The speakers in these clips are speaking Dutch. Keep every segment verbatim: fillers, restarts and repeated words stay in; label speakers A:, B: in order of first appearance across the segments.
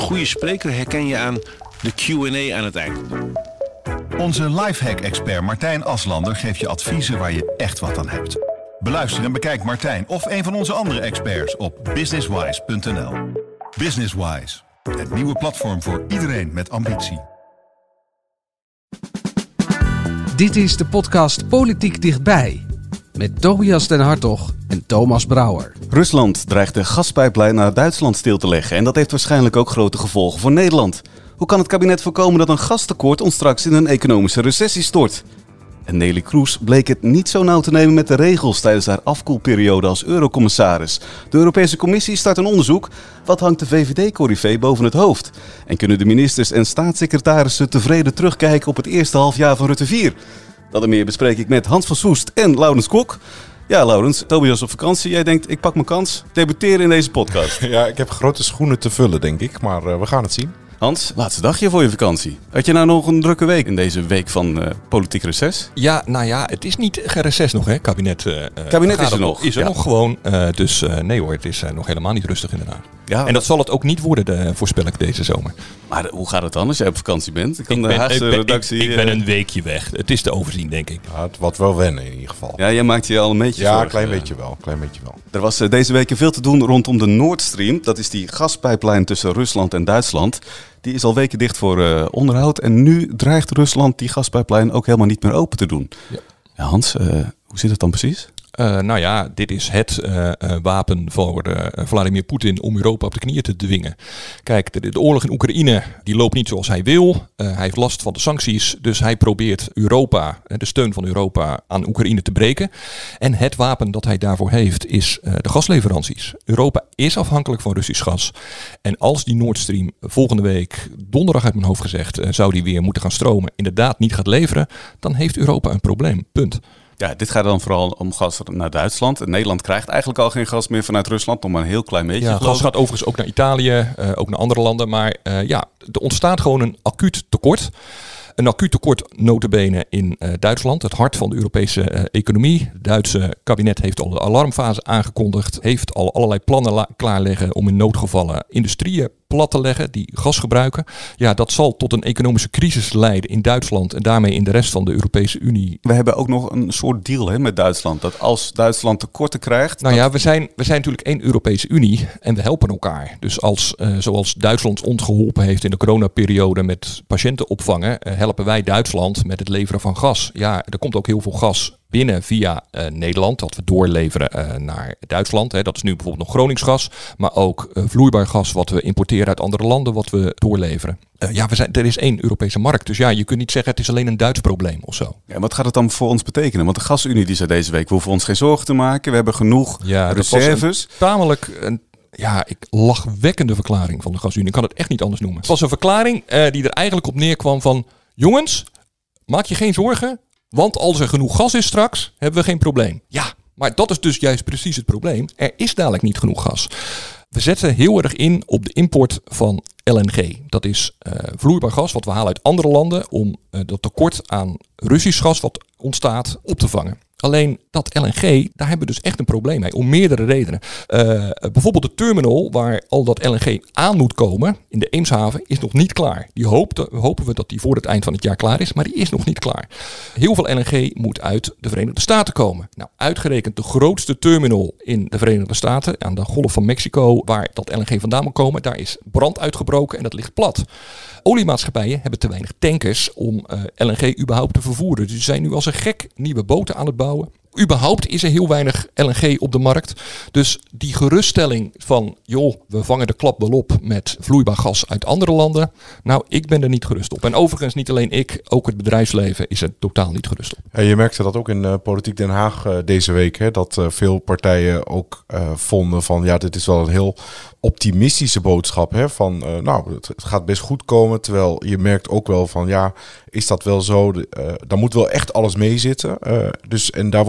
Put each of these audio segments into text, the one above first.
A: goede spreker herken je aan de Q en A aan het eind.
B: Onze lifehack-expert Martijn Aslander geeft je adviezen waar je echt wat aan hebt. Beluister en bekijk Martijn of een van onze andere experts op businesswise punt n l. Businesswise, het nieuwe platform voor iedereen met ambitie.
C: Dit is de podcast Politiek Dichtbij. Met Tobias den Hartog en Thomas Brouwer.
D: Rusland dreigt de gaspijplijn naar Duitsland stil te leggen. En dat heeft waarschijnlijk ook grote gevolgen voor Nederland. Hoe kan het kabinet voorkomen dat een gastekort ons straks in een economische recessie stort? En Neelie Kroes bleek het niet zo nauw te nemen met de regels tijdens haar afkoelperiode als eurocommissaris. De Europese Commissie start een onderzoek. Wat hangt de V V D-corrivee boven het hoofd? En kunnen de ministers en staatssecretarissen tevreden terugkijken op het eerste halfjaar van Rutte vier? Dat en meer bespreek ik met Hans van Soest en Laurens Kok. Ja, Laurens, Tobias op vakantie. Jij denkt, ik pak mijn kans. Debuteren in deze podcast.
E: Ja, ik heb grote schoenen te vullen, denk ik. Maar uh, we gaan het zien.
D: Hans, laatste dagje voor je vakantie. Had je nou nog een drukke week in deze week van uh, politiek reces?
F: Ja, nou ja, het is niet geen reces nog, hè, kabinet. Uh,
D: kabinet is er nog.
F: Is er
D: ja.
F: nog gewoon. Uh, dus uh, nee hoor, het is uh, nog helemaal niet rustig inderdaad. Ja, en dat zal het ook niet worden, de, voorspel ik, deze zomer.
D: Maar hoe gaat het dan als jij op vakantie bent? Ik,
F: ik,
D: de
F: ben, ik, ben,
D: redactie,
F: ik, ik ben een weekje weg. Het is te overzien, denk ik.
E: Ja, het wordt wel wennen in ieder geval.
D: Ja, jij maakt je al een beetje
E: Ja,
D: voor,
E: een klein
D: uh,
E: beetje wel. Klein beetje wel.
D: Er was uh, deze week veel te doen rondom de Nord Stream. Dat is die gaspijplijn tussen Rusland en Duitsland. Die is al weken dicht voor uh, onderhoud. En nu dreigt Rusland die gaspijplijn ook helemaal niet meer open te doen. Ja. Ja, Hans, uh, hoe zit het dan precies?
F: Uh, nou ja, dit is het uh, uh, wapen voor uh, Vladimir Poetin om Europa op de knieën te dwingen. Kijk, de, de oorlog in Oekraïne die loopt niet zoals hij wil. Uh, hij heeft last van de sancties, dus hij probeert Europa, de steun van Europa aan Oekraïne te breken. En het wapen dat hij daarvoor heeft is uh, de gasleveranties. Europa is afhankelijk van Russisch gas. En als die Nord Stream volgende week, donderdag uit mijn hoofd gezegd, uh, zou die weer moeten gaan stromen, inderdaad niet gaat leveren, dan heeft Europa een probleem. Punt.
D: Ja, dit gaat dan vooral om gas naar Duitsland. Nederland krijgt eigenlijk al geen gas meer vanuit Rusland, nog maar een heel klein beetje.
F: Ja, gas gaat overigens ook naar Italië, uh, ook naar andere landen. Maar uh, ja, er ontstaat gewoon een acuut tekort. Een acuut tekort nota bene in uh, Duitsland, het hart van de Europese uh, economie. Het Duitse kabinet heeft al de alarmfase aangekondigd. Heeft al allerlei plannen la- klaar liggen om in noodgevallen industrieën plat te leggen die gas gebruiken. Ja, dat zal tot een economische crisis leiden in Duitsland en daarmee in de rest van de Europese Unie.
D: We hebben ook nog een soort deal hè, met Duitsland. Dat als Duitsland tekorten krijgt...
F: Nou
D: dat...
F: ja, we zijn, we zijn natuurlijk één Europese Unie en we helpen elkaar. Dus als, uh, zoals Duitsland ons geholpen heeft in de coronaperiode met patiënten opvangen, uh, helpen wij Duitsland met het leveren van gas. Ja, er komt ook heel veel gas binnen via uh, Nederland, dat we doorleveren uh, naar Duitsland. Hè. Dat is nu bijvoorbeeld nog Groningsgas, maar ook uh, vloeibaar gas wat we importeren uit andere landen, wat we doorleveren. Uh, ja, we zijn, er is één Europese markt, dus ja, je kunt niet zeggen het is alleen een Duits probleem of zo.
D: Ja, wat gaat het dan voor ons betekenen? Want de gasunie die zei deze week, we hoeven ons geen zorgen te maken, we hebben genoeg
F: ja,
D: reserves.
F: Tamelijk een Ja, ik lachwekkende verklaring van de gasunie. Ik kan het echt niet anders noemen. Het was een verklaring uh, die er eigenlijk op neerkwam van, jongens, maak je geen zorgen, want als er genoeg gas is straks, hebben we geen probleem. Ja, maar dat is dus juist precies het probleem. Er is dadelijk niet genoeg gas. We zetten heel erg in op de import van L N G. Dat is uh, vloeibaar gas wat we halen uit andere landen om uh, dat tekort aan Russisch gas wat ontstaat op te vangen. Alleen dat L N G, daar hebben we dus echt een probleem mee, om meerdere redenen. Uh, bijvoorbeeld de terminal waar al dat L N G aan moet komen, in de Eemshaven, is nog niet klaar. Die hoopte, hopen we dat die voor het eind van het jaar klaar is, maar die is nog niet klaar. Heel veel L N G moet uit de Verenigde Staten komen. Nou, uitgerekend de grootste terminal in de Verenigde Staten, aan de Golf van Mexico, waar dat L N G vandaan moet komen, daar is brand uitgebroken en dat ligt plat. Oliemaatschappijen hebben te weinig tankers om uh, L N G überhaupt te vervoeren. Dus ze zijn nu als een gek nieuwe boten aan het bouwen. Überhaupt is er heel weinig L N G op de markt. Dus die geruststelling van, joh, we vangen de klap wel op met vloeibaar gas uit andere landen. Nou, ik ben er niet gerust op. En overigens niet alleen ik, ook het bedrijfsleven is er totaal niet gerust op.
E: Ja, je merkte dat ook in uh, Politiek Den Haag uh, deze week. Hè, dat uh, veel partijen ook uh, vonden van, ja, dit is wel een heel optimistische boodschap. Hè, van, uh, nou, het, het gaat best goed komen. Terwijl je merkt ook wel van, ja, is dat wel zo? Uh, daar moet wel echt alles mee zitten. Uh, dus, en daar wordt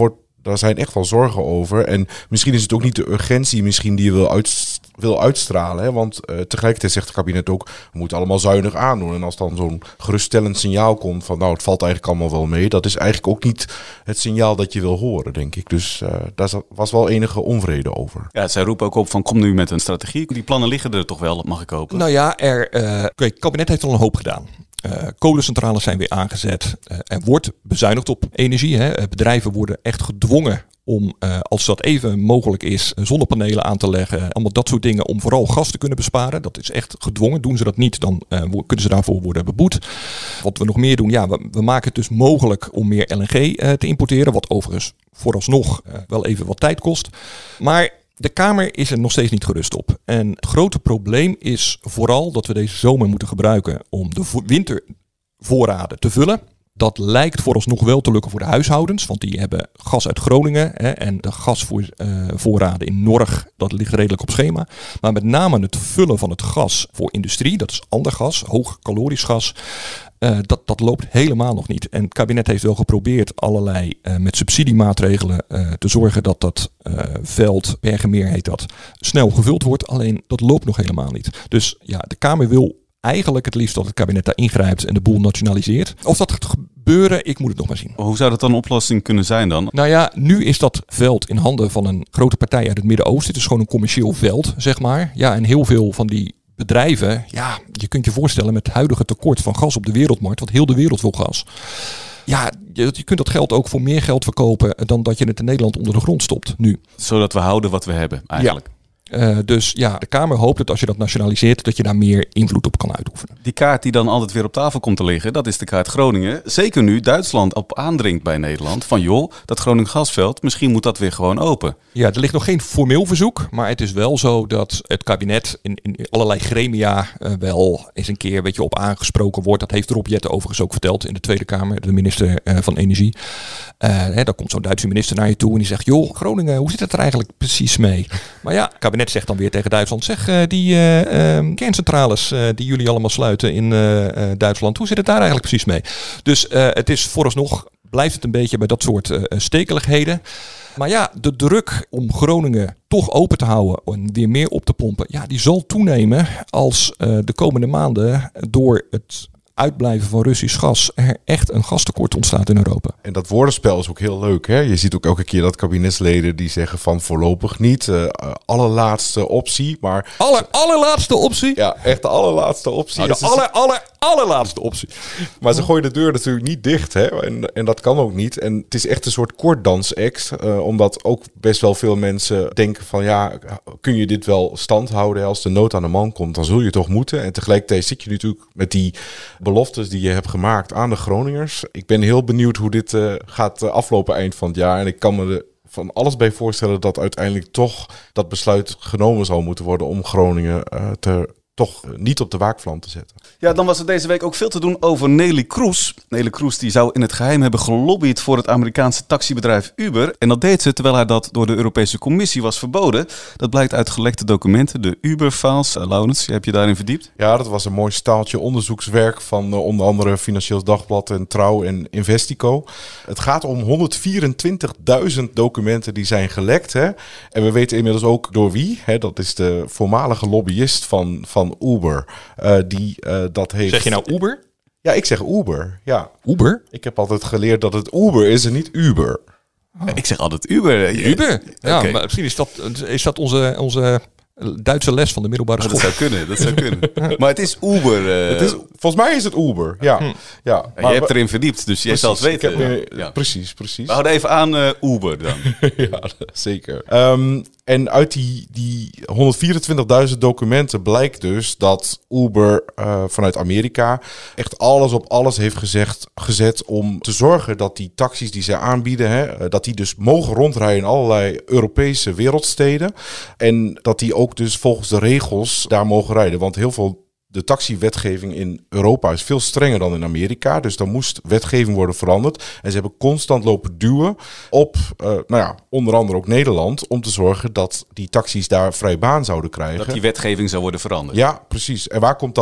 E: daar zijn echt wel zorgen over. En misschien is het ook niet de urgentie misschien die je wil, uit, wil uitstralen. Hè? Want uh, tegelijkertijd zegt het kabinet ook, we moeten allemaal zuinig aandoen. En als dan zo'n geruststellend signaal komt van nou, het valt eigenlijk allemaal wel mee. Dat is eigenlijk ook niet het signaal dat je wil horen, denk ik. Dus uh, daar was wel enige onvrede over.
D: Ja, zij roepen ook op van kom nu met een strategie. Die plannen liggen er toch wel, mag ik hopen?
F: Nou ja, er, uh, het kabinet heeft al een hoop gedaan. Uh, kolencentrales zijn weer aangezet. Uh, er wordt bezuinigd op energie. Hè. Uh, bedrijven worden echt gedwongen om, uh, als dat even mogelijk is, zonnepanelen aan te leggen. Allemaal dat soort dingen om vooral gas te kunnen besparen. Dat is echt gedwongen. Doen ze dat niet, dan uh, kunnen ze daarvoor worden beboet. Wat we nog meer doen, ja, we, we maken het dus mogelijk om meer L N G uh, te importeren. Wat overigens vooralsnog uh, wel even wat tijd kost. Maar de Kamer is er nog steeds niet gerust op. En het grote probleem is vooral dat we deze zomer moeten gebruiken om de wintervoorraden te vullen. Dat lijkt vooralsnog wel te lukken voor de huishoudens, want die hebben gas uit Groningen. Hè, en de gasvoorraden in Norg, dat ligt redelijk op schema. Maar met name het vullen van het gas voor industrie, dat is ander gas, hoog calorisch gas. Uh, dat, dat loopt helemaal nog niet. En het kabinet heeft wel geprobeerd allerlei uh, met subsidiemaatregelen uh, te zorgen dat dat uh, veld, Bergenmeer heet dat, snel gevuld wordt. Alleen dat loopt nog helemaal niet. Dus ja, de Kamer wil eigenlijk het liefst dat het kabinet daar ingrijpt en de boel nationaliseert. Of dat gaat gebeuren, ik moet het nog maar zien.
D: Hoe zou dat dan een oplossing kunnen zijn dan?
F: Nou ja, nu is dat veld in handen van een grote partij uit het Midden-Oosten. Het is gewoon een commercieel veld, zeg maar. Ja, en heel veel van die bedrijven, ja, je kunt je voorstellen met het huidige tekort van gas op de wereldmarkt, want heel de wereld wil gas. Ja, je, je kunt dat geld ook voor meer geld verkopen dan dat je het in Nederland onder de grond stopt nu.
D: Zodat we houden wat we hebben, eigenlijk.
F: Ja. Uh, dus ja, de Kamer hoopt dat als je dat nationaliseert, dat je daar meer invloed op kan uitoefenen.
D: Die kaart die dan altijd weer op tafel komt te liggen, dat is de kaart Groningen. Zeker nu Duitsland op aandringt bij Nederland van joh, dat Groningen gasveld, misschien moet dat weer gewoon open.
F: Ja, er ligt nog geen formeel verzoek, maar het is wel zo dat het kabinet in, in allerlei gremia uh, wel eens een keer weet je, op aangesproken wordt. Dat heeft Rob Jetten overigens ook verteld in de Tweede Kamer, de minister uh, van Energie. Uh, hè, dan komt zo'n Duitse minister naar je toe en die zegt, joh, Groningen, hoe zit het er eigenlijk precies mee? Maar ja, het kabinet zegt dan weer tegen Duitsland, zeg, uh, die uh, uh, kerncentrales uh, die jullie allemaal sluiten in uh, uh, Duitsland, hoe zit het daar eigenlijk precies mee? Dus uh, het is vooralsnog, blijft het een beetje bij dat soort uh, stekeligheden. Maar ja, de druk om Groningen toch open te houden en weer meer op te pompen, ja, die zal toenemen als uh, de komende maanden door het uitblijven van Russisch gas er echt een gastekort ontstaat in Europa.
E: En dat woordenspel is ook heel leuk. Hè? Je ziet ook elke keer dat kabinetsleden die zeggen van voorlopig niet. Uh, allerlaatste optie. Maar
F: Aller, allerlaatste optie?
E: Ja, echt de allerlaatste optie.
F: Nou, de aller, aller, allerlaatste optie.
E: Maar ze gooien de deur natuurlijk niet dicht. Hè? En, en dat kan ook niet. En het is echt een soort kortdansact. Uh, omdat ook best wel veel mensen denken van ja, kun je dit wel stand houden? Als de nood aan de man komt, dan zul je toch moeten. En tegelijkertijd zit je natuurlijk met die beloftes die je hebt gemaakt aan de Groningers. Ik ben heel benieuwd hoe dit uh, gaat uh, aflopen eind van het jaar. En ik kan me er van alles bij voorstellen dat uiteindelijk toch dat besluit genomen zal moeten worden om Groningen uh, te toch niet op de waakvlam te zetten.
D: Ja, dan was er deze week ook veel te doen over Neelie Kroes. Neelie Kroes die zou in het geheim hebben gelobbyd voor het Amerikaanse taxibedrijf Uber. En dat deed ze terwijl haar dat door de Europese Commissie was verboden. Dat blijkt uit gelekte documenten, de Uber-files. Uh, Laurens, heb je daarin verdiept?
E: Ja, dat was een mooi staaltje onderzoekswerk van uh, onder andere Financieel Dagblad en Trouw en Investico. Het gaat om honderdvierentwintigduizend documenten die zijn gelekt. Hè? En we weten inmiddels ook door wie. Hè? Dat is de voormalige lobbyist van, van Uber. Uh, die uh, dat heeft...
F: Zeg je nou Uber?
E: Ja, ik zeg Uber. Ja.
F: Uber?
E: Ik heb altijd geleerd dat het Uber is en niet Uber.
D: Oh. Ik zeg altijd Uber.
F: Uber? Ja,
D: okay.
F: Maar misschien is dat, is dat onze, onze Duitse les van de middelbare school.
D: Oh, dat zou kunnen, dat zou kunnen. Maar het is Uber. Uh...
E: Het is, volgens mij is het Uber, ja.
F: Hm.
E: ja
D: maar je hebt erin verdiept, dus jij zal het weten.
E: Meer,
D: ja.
E: Precies, precies.
D: We houden even aan uh, Uber dan.
E: Ja, zeker. Um, en uit die, die honderdvierentwintigduizend documenten blijkt dus dat Uber uh, vanuit Amerika echt alles op alles heeft gezegd, gezet om te zorgen dat die taxis die ze aanbieden, hè, dat die dus mogen rondrijden in allerlei Europese wereldsteden. En dat die ook dus volgens de regels daar mogen rijden. Want heel veel de taxiwetgeving in Europa is veel strenger dan in Amerika. Dus dan moest wetgeving worden veranderd. En ze hebben constant lopen duwen op, uh, nou ja, onder andere ook Nederland, om te zorgen dat die taxis daar vrij baan zouden krijgen.
D: Dat die wetgeving zou worden veranderd.
E: Ja, precies. En waar komt dan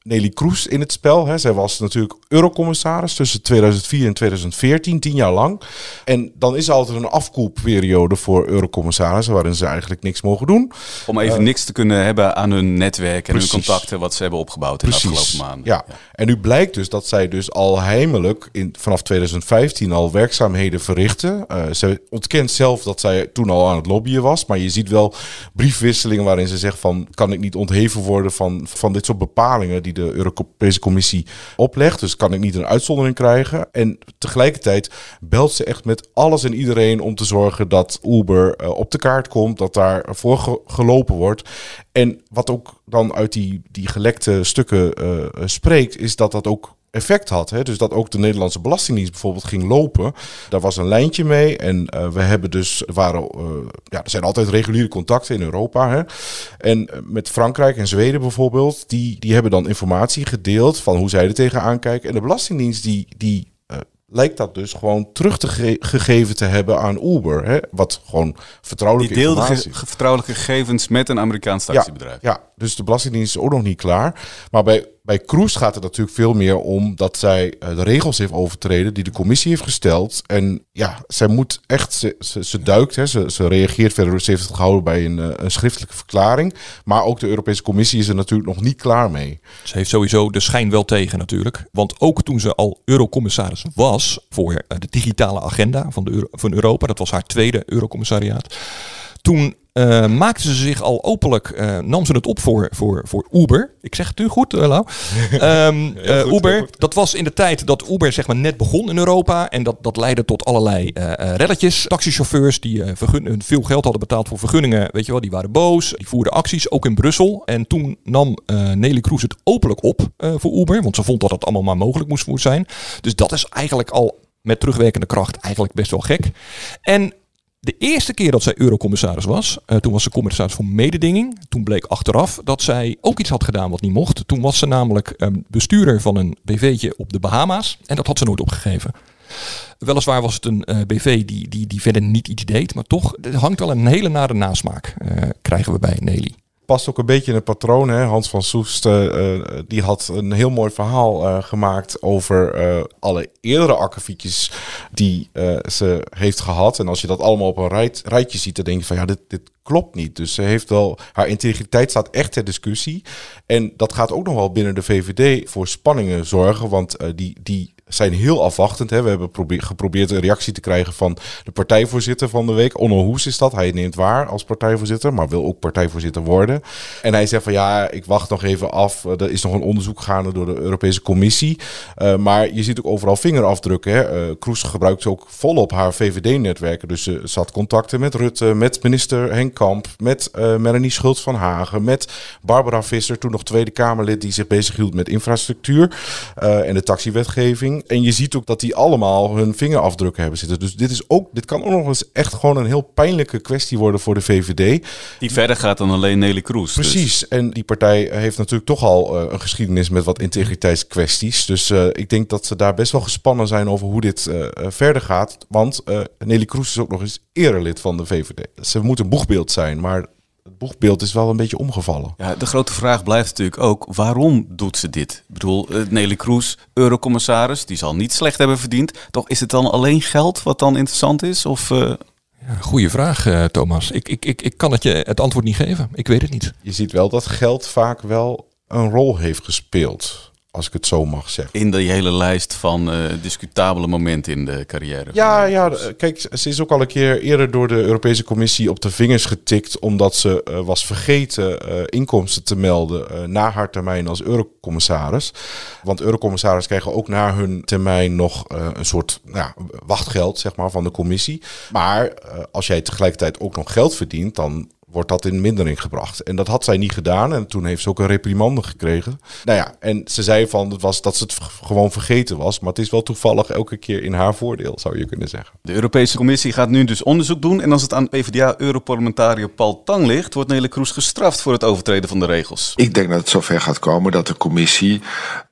E: Neelie Kroes in het spel. Hè. Zij was natuurlijk eurocommissaris tussen tweeduizend vier en tweeduizend veertien, tien jaar lang. En dan is er altijd een afkoelperiode voor eurocommissarissen waarin ze eigenlijk niks mogen doen.
D: Om even uh, niks te kunnen hebben aan hun netwerk en
E: precies.
D: hun contacten wat ze hebben opgebouwd in
E: precies.
D: de afgelopen maanden.
E: Ja. ja, en nu blijkt dus dat zij dus al heimelijk in, vanaf tweeduizend vijftien al werkzaamheden verrichtte. Uh, ze ontkent zelf dat zij toen al aan het lobbyen was, maar je ziet wel briefwisselingen waarin ze zegt van, kan ik niet ontheven worden van, van dit soort bepalingen die de Europese Commissie oplegt. Dus kan ik niet een uitzondering krijgen. En tegelijkertijd belt ze echt met alles en iedereen om te zorgen dat Uber uh, op de kaart komt, dat daar voor ge- gelopen wordt. En wat ook dan uit die, die gelekte stukken uh, spreekt, is dat dat ook effect had. Hè? Dus dat ook de Nederlandse Belastingdienst bijvoorbeeld ging lopen. Daar was een lijntje mee. En uh, we hebben dus, er waren, uh, ja, er zijn altijd reguliere contacten in Europa. Hè? En uh, met Frankrijk en Zweden bijvoorbeeld, die, die hebben dan informatie gedeeld van hoe zij er tegenaan kijken. En de Belastingdienst die, die uh, lijkt dat dus gewoon terug te ge- gegeven te hebben aan Uber. Hè? Wat gewoon vertrouwelijke
D: die deelde
E: informatie.
D: ge- vertrouwelijke gegevens met een Amerikaans taxibedrijf.
E: Ja, ja, dus de Belastingdienst is ook nog niet klaar. Maar bij Bij Kroes gaat het natuurlijk veel meer om dat zij uh, de regels heeft overtreden die de commissie heeft gesteld. En ja, zij moet echt, ze, ze, ze duikt, hè, ze, ze reageert verder, ze heeft het gehouden bij een, uh, een schriftelijke verklaring. Maar ook de Europese Commissie is er natuurlijk nog niet klaar mee.
F: Ze heeft sowieso de schijn wel tegen natuurlijk. Want ook toen ze al eurocommissaris was voor uh, de digitale agenda van, de Euro- van Europa, dat was haar tweede eurocommissariaat, toen Uh, maakte ze zich al openlijk, uh, nam ze het op voor, voor, voor Uber. Ik zeg het nu goed, uh, Lau. Um, uh, goed, Uber, dat was in de tijd dat Uber zeg maar net begon in Europa. En dat, dat leidde tot allerlei uh, relletjes. Taxichauffeurs die uh, vergun- veel geld hadden betaald voor vergunningen, weet je wel, die waren boos. Die voerden acties, ook in Brussel. En toen nam uh, Neelie Kroes het openlijk op uh, voor Uber. Want ze vond dat het allemaal maar mogelijk moest zijn. Dus dat is eigenlijk al met terugwerkende kracht eigenlijk best wel gek. En de eerste keer dat zij eurocommissaris was, uh, toen was ze commissaris voor mededinging. Toen bleek achteraf dat zij ook iets had gedaan wat niet mocht. Toen was ze namelijk um, bestuurder van een B V'tje op de Bahama's. En dat had ze nooit opgegeven. Weliswaar was het een uh, B V die, die, die verder niet iets deed. Maar toch, er hangt wel een hele nare nasmaak, uh, krijgen we bij Neelie.
E: Past ook een beetje in het patroon. Hè? Hans van Soest uh, die had een heel mooi verhaal uh, gemaakt over uh, alle eerdere akkefietjes die uh, ze heeft gehad. En als je dat allemaal op een rij, rijtje ziet, dan denk je van ja, dit, dit klopt niet. Dus ze heeft wel, haar integriteit staat echt ter discussie. En dat gaat ook nog wel binnen de V V D voor spanningen zorgen, want uh, die, die zijn heel afwachtend. Hè. We hebben probeer, geprobeerd een reactie te krijgen van de partijvoorzitter van de week. Onno Hoes is dat. Hij neemt waar als partijvoorzitter, maar wil ook partijvoorzitter worden. En hij zegt van ja, ik wacht nog even af. Er is nog een onderzoek gaande door de Europese Commissie. Uh, maar je ziet ook overal vingerafdrukken. Hè. Uh, Kroes gebruikt ze ook volop haar V V D-netwerken. Dus ze, ze had contacten met Rutte, met minister Henk Kamp, met uh, Melanie Schultz van Hagen, met Barbara Visser, toen nog Tweede Kamerlid die zich bezighield met infrastructuur uh, en de taxiwetgeving. En je ziet ook dat die allemaal hun vingerafdrukken hebben zitten. Dus dit, is ook, dit kan ook nog eens echt gewoon een heel pijnlijke kwestie worden voor de V V D.
D: Die verder gaat dan alleen Neelie Kroes.
E: Precies. Dus. En die partij heeft natuurlijk toch al uh, een geschiedenis met wat integriteitskwesties. Dus uh, ik denk dat ze daar best wel gespannen zijn over hoe dit uh, verder gaat. Want uh, Neelie Kroes is ook nog eens erelid van de V V D. Ze moet een boegbeeld zijn, maar het boegbeeld is wel een beetje omgevallen.
D: Ja, de grote vraag blijft natuurlijk ook, waarom doet ze dit? Ik bedoel, Neelie Kroes, eurocommissaris, die zal niet slecht hebben verdiend. Toch is het dan alleen geld wat dan interessant is? Of, uh...
F: ja, goeie vraag, uh, Thomas. Ik, ik, ik, ik kan het je het antwoord niet geven. Ik weet het niet.
E: Je ziet wel dat geld vaak wel een rol heeft gespeeld, als ik het zo mag zeggen.
D: In die hele lijst van uh, discutabele momenten in de carrière.
E: Ja, ja, kijk, ze is ook al een keer eerder door de Europese Commissie op de vingers getikt, omdat ze uh, was vergeten uh, inkomsten te melden uh, na haar termijn als eurocommissaris. Want eurocommissaris krijgen ook na hun termijn nog uh, een soort nou, wachtgeld, zeg maar, van de commissie. Maar uh, als jij tegelijkertijd ook nog geld verdient, dan wordt dat in mindering gebracht. En dat had zij niet gedaan. En toen heeft ze ook een reprimande gekregen. Nou ja, en ze zei van het was dat ze het gewoon vergeten was. Maar het is wel toevallig elke keer in haar voordeel, zou je kunnen zeggen.
D: De Europese Commissie gaat nu dus onderzoek doen. En als het aan P v d A-europarlementariër Paul Tang ligt, wordt Neelie Kroes gestraft voor het overtreden van de regels.
G: Ik denk dat het zover gaat komen dat de commissie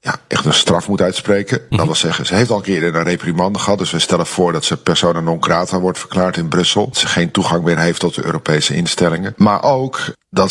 G: ja, echt een straf moet uitspreken. Mm-hmm. Dat wil zeggen, ze heeft al een keer een reprimande gehad. Dus we stellen voor dat ze persona non grata wordt verklaard in Brussel. Dat ze geen toegang meer heeft tot de Europese instellingen. Maar ook dat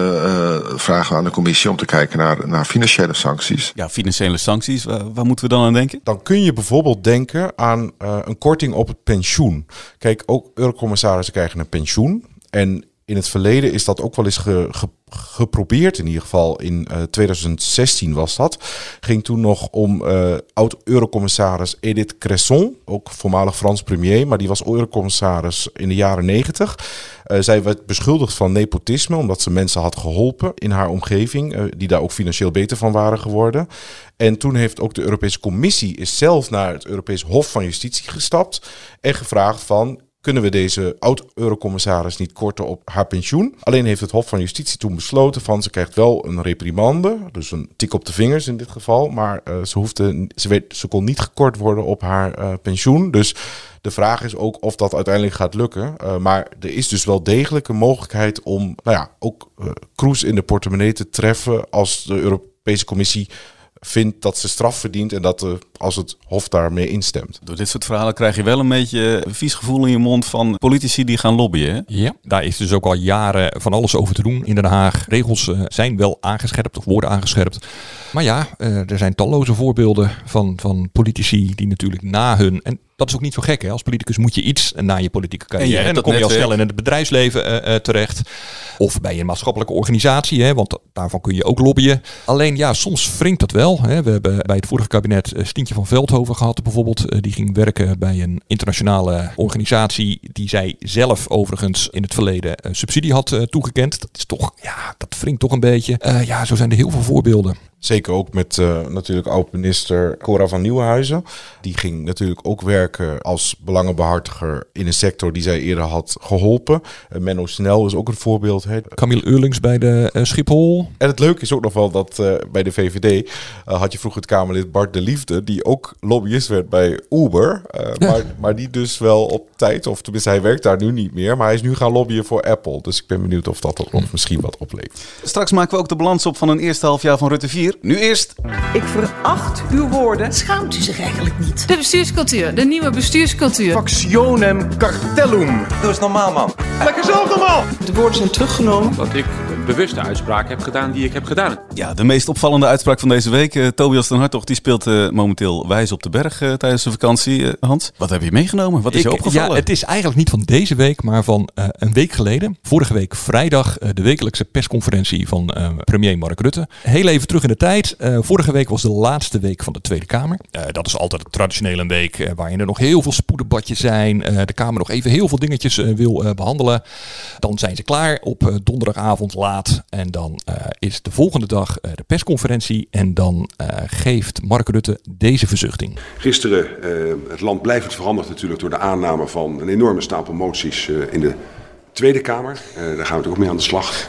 G: ze uh, vragen aan de commissie om te kijken naar, naar financiële sancties.
D: Ja, financiële sancties, waar, waar moeten we dan aan denken?
E: Dan kun je bijvoorbeeld denken aan uh, een korting op het pensioen. Kijk, ook eurocommissarissen krijgen een pensioen. En in het verleden is dat ook wel eens ge, ge, geprobeerd. In ieder geval in uh, twintig zestien was dat. Ging toen nog om uh, oud-eurocommissaris Edith Cresson. Ook voormalig Frans premier. Maar die was eurocommissaris in de jaren negentig. Uh, zij werd beschuldigd van nepotisme. Omdat ze mensen had geholpen in haar omgeving. Uh, die daar ook financieel beter van waren geworden. En toen heeft ook de Europese Commissie is zelf naar het Europees Hof van Justitie gestapt. En gevraagd van, kunnen we deze oud-eurocommissaris niet korten op haar pensioen? Alleen heeft het Hof van Justitie toen besloten van, ze krijgt wel een reprimande, dus een tik op de vingers in dit geval, maar uh, ze, hoefde, ze, weet, ze kon niet gekort worden op haar uh, pensioen. Dus de vraag is ook of dat uiteindelijk gaat lukken. Uh, maar er is dus wel degelijk een mogelijkheid om nou ja, ook uh, Kroes in de portemonnee te treffen als de Europese Commissie vindt dat ze straf verdient en dat de, als het Hof daarmee instemt.
D: Door dit soort verhalen krijg je wel een beetje een vies gevoel in je mond van politici die gaan lobbyen. Hè?
F: Ja, daar is dus ook al jaren van alles over te doen in Den Haag. Regels uh, zijn wel aangescherpt of worden aangescherpt. Maar ja, uh, er zijn talloze voorbeelden van, van politici die natuurlijk na hun... En dat is ook niet zo gek, hè? Als politicus moet je iets na je politieke carrière. En, en dan kom je al snel in het bedrijfsleven uh, uh, terecht. Of bij een maatschappelijke organisatie, hè? Want daarvan kun je ook lobbyen. Alleen ja, soms wringt dat wel. Hè? We hebben bij het vorige kabinet uh, Stientje van Veldhoven gehad bijvoorbeeld. Uh, die ging werken bij een internationale organisatie die zij zelf overigens in het verleden uh, subsidie had uh, toegekend. Dat is toch, ja, dat wringt toch een beetje. Uh, ja, zo zijn er heel veel voorbeelden.
E: Zeker ook met uh, natuurlijk oud-minister Cora van Nieuwenhuizen. Die ging natuurlijk ook werken als belangenbehartiger in een sector die zij eerder had geholpen. Uh, Menno Snel is ook een voorbeeld. Hè.
F: Camille Eurlings bij de uh, Schiphol.
E: En het leuke is ook nog wel dat uh, bij de V V D uh, had je vroeger het Kamerlid Bart de Liefde, die ook lobbyist werd bij Uber. Uh, maar, maar die dus wel op tijd, of tenminste hij werkt daar nu niet meer, maar hij is nu gaan lobbyen voor Apple. Dus ik ben benieuwd of dat of misschien wat oplevert.
D: Straks maken we ook de balans op van een eerste halfjaar van Rutte vier. Nu eerst.
H: Ik veracht uw woorden.
I: Schaamt u zich eigenlijk niet?
J: De bestuurscultuur, de nieuwe bestuurscultuur.
K: Factionem cartellum.
L: Doe eens normaal, man.
K: Lekker zelf normaal.
H: De woorden zijn teruggenomen.
M: Dat ik een bewuste uitspraak heb gedaan die ik heb gedaan.
D: Ja, de meest opvallende uitspraak van deze week. Uh, Tobias den Hartog, die speelt uh, momenteel wijs op de berg uh, tijdens de vakantie. Uh, Hans, wat heb je meegenomen? Wat is ik, je opgevallen?
F: Ja, het is eigenlijk niet van deze week, maar van uh, een week geleden. Vorige week vrijdag uh, de wekelijkse persconferentie van uh, premier Mark Rutte. Heel even terug in de tijd. Uh, vorige week was de laatste week van de Tweede Kamer. Uh, dat is altijd traditioneel een week uh, waarin er nog heel veel spoeddebatjes zijn. Uh, de Kamer nog even heel veel dingetjes uh, wil uh, behandelen. Dan zijn ze klaar op uh, donderdagavond laat. En dan uh, is de volgende dag uh, de persconferentie. En dan uh, geeft Mark Rutte deze verzuchting.
N: Gisteren, uh, het land blijft veranderd natuurlijk door de aanname van een enorme stapel moties uh, in de Tweede Kamer. Uh, daar gaan we natuurlijk ook mee aan de slag.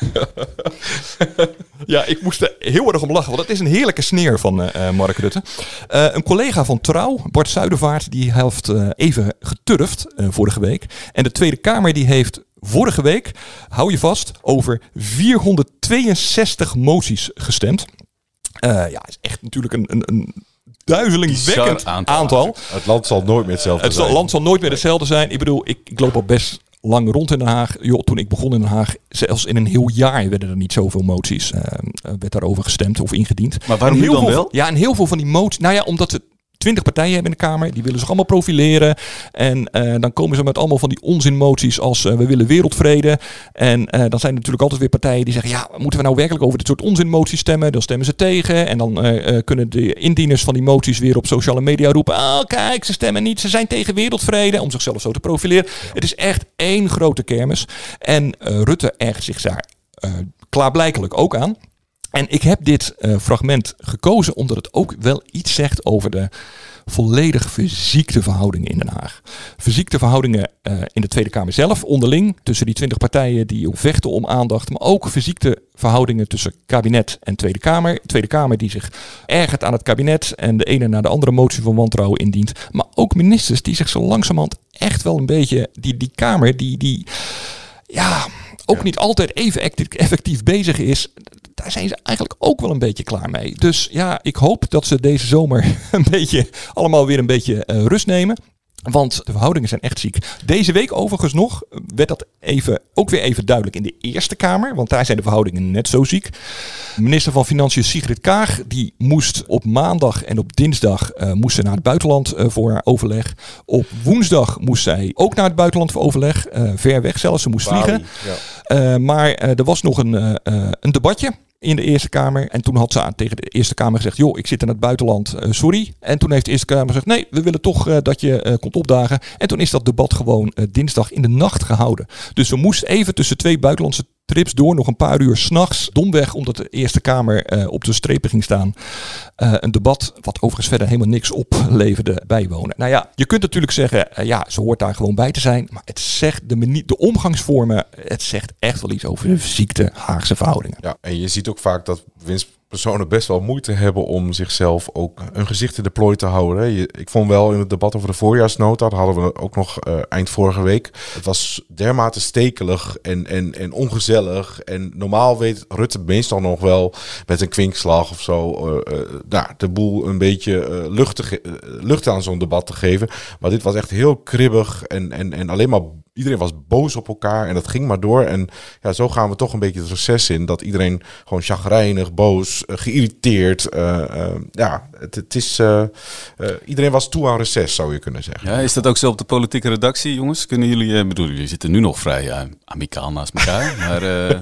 F: Ja, ik moest er heel erg om lachen, want het is een heerlijke sneer van uh, Mark Rutte. Uh, een collega van Trouw, Bart Zuidervaart, die heeft uh, even geturfd uh, vorige week. En de Tweede Kamer die heeft vorige week, hou je vast, over vierhonderdtweeënzestig moties gestemd. Uh, ja, is echt natuurlijk een... een, een duizelingwekkend aantal. aantal.
E: Het land zal nooit meer hetzelfde
F: het
E: zijn.
F: Het land zal nooit meer hetzelfde zijn. Ik bedoel, ik, ik loop al best lang rond in Den Haag. Joh, toen ik begon in Den Haag, zelfs in een heel jaar werden er niet zoveel moties. Uh, werd daarover gestemd of ingediend.
D: Maar waarom nu dan
F: veel,
D: wel?
F: Ja, en heel veel van die moties. Nou ja, omdat we twintig partijen hebben in de Kamer. Die willen zich allemaal profileren. En uh, dan komen ze met allemaal van die onzinmoties als uh, we willen wereldvrede. En uh, dan zijn er natuurlijk altijd weer partijen die zeggen, ja, moeten we nou werkelijk over dit soort onzinmoties stemmen? Dan stemmen ze tegen. En dan uh, uh, kunnen de indieners van die moties weer op sociale media roepen, oh kijk, ze stemmen niet, ze zijn tegen wereldvrede. Om zichzelf zo te profileren. Het is echt één grote kermis. En uh, Rutte ergt zich daar uh, klaarblijkelijk ook aan. En ik heb dit uh, fragment gekozen omdat het ook wel iets zegt over de volledig verziekte verhoudingen in Den Haag. Verziekte verhoudingen uh, in de Tweede Kamer zelf, onderling, tussen die twintig partijen die vechten om aandacht, maar ook verziekte verhoudingen tussen kabinet en Tweede Kamer. Tweede Kamer die zich ergert aan het kabinet en de ene na de andere motie van wantrouwen indient. Maar ook ministers die zich zo langzamerhand echt wel een beetje, die, die Kamer die, die ja, ook ja. niet altijd even effectief bezig is. daar zijn ze eigenlijk ook wel een beetje klaar mee. Dus ja, ik hoop dat ze deze zomer een beetje allemaal weer een beetje uh, rust nemen. Want de verhoudingen zijn echt ziek. Deze week overigens nog werd dat even, ook weer even duidelijk in de Eerste Kamer. Want daar zijn de verhoudingen net zo ziek. Minister van Financiën Sigrid Kaag die moest op maandag en op dinsdag uh, moest ze naar het buitenland uh, voor haar overleg. Op woensdag moest zij ook naar het buitenland voor overleg. Uh, ver weg zelfs, ze moest
E: Bali,
F: vliegen.
E: Ja.
F: Uh, maar uh, er was nog een, uh, uh, een debatje in de Eerste Kamer. En toen had ze aan, tegen de Eerste Kamer gezegd, joh, ik zit in het buitenland, uh, sorry. En toen heeft de Eerste Kamer gezegd, nee, we willen toch uh, dat je uh, komt opdagen. En toen is dat debat gewoon uh, dinsdag in de nacht gehouden. Dus we moesten even tussen twee buitenlandse trips door, nog een paar uur 's nachts, domweg, omdat de Eerste Kamer uh, op de strepen ging staan. Uh, een debat wat overigens verder helemaal niks opleverde bijwonen. Nou ja, je kunt natuurlijk zeggen, uh, ja, ze hoort daar gewoon bij te zijn. Maar het zegt, de, manie- de omgangsvormen, het zegt echt wel iets over de ziekte Haagse verhoudingen.
E: Ja, en je ziet ook vaak dat winstpersonen best wel moeite hebben om zichzelf ook een gezicht in de plooi te houden. Je, ik vond wel in het debat over de voorjaarsnota, dat hadden we ook nog uh, eind vorige week. Het was dermate stekelig en, en, en ongezellig. En normaal weet Rutte meestal nog wel met een kwinkslag of zo uh, uh, nou, de boel een beetje uh, lucht, te ge- uh, lucht aan zo'n debat te geven. Maar dit was echt heel kribbig en, en, en alleen maar... Iedereen was boos op elkaar en dat ging maar door. En ja, zo gaan we toch een beetje het reces in. Dat iedereen gewoon chagrijnig, boos, uh, geïrriteerd. Uh, uh, ja, het, het is... Uh, uh, iedereen was toe aan reces, zou je kunnen zeggen.
D: Ja, is dat ook zo op de politieke redactie, jongens? Kunnen jullie... Uh, bedoel, jullie zitten nu nog vrij uh, amicaal naast elkaar. Maar... Uh...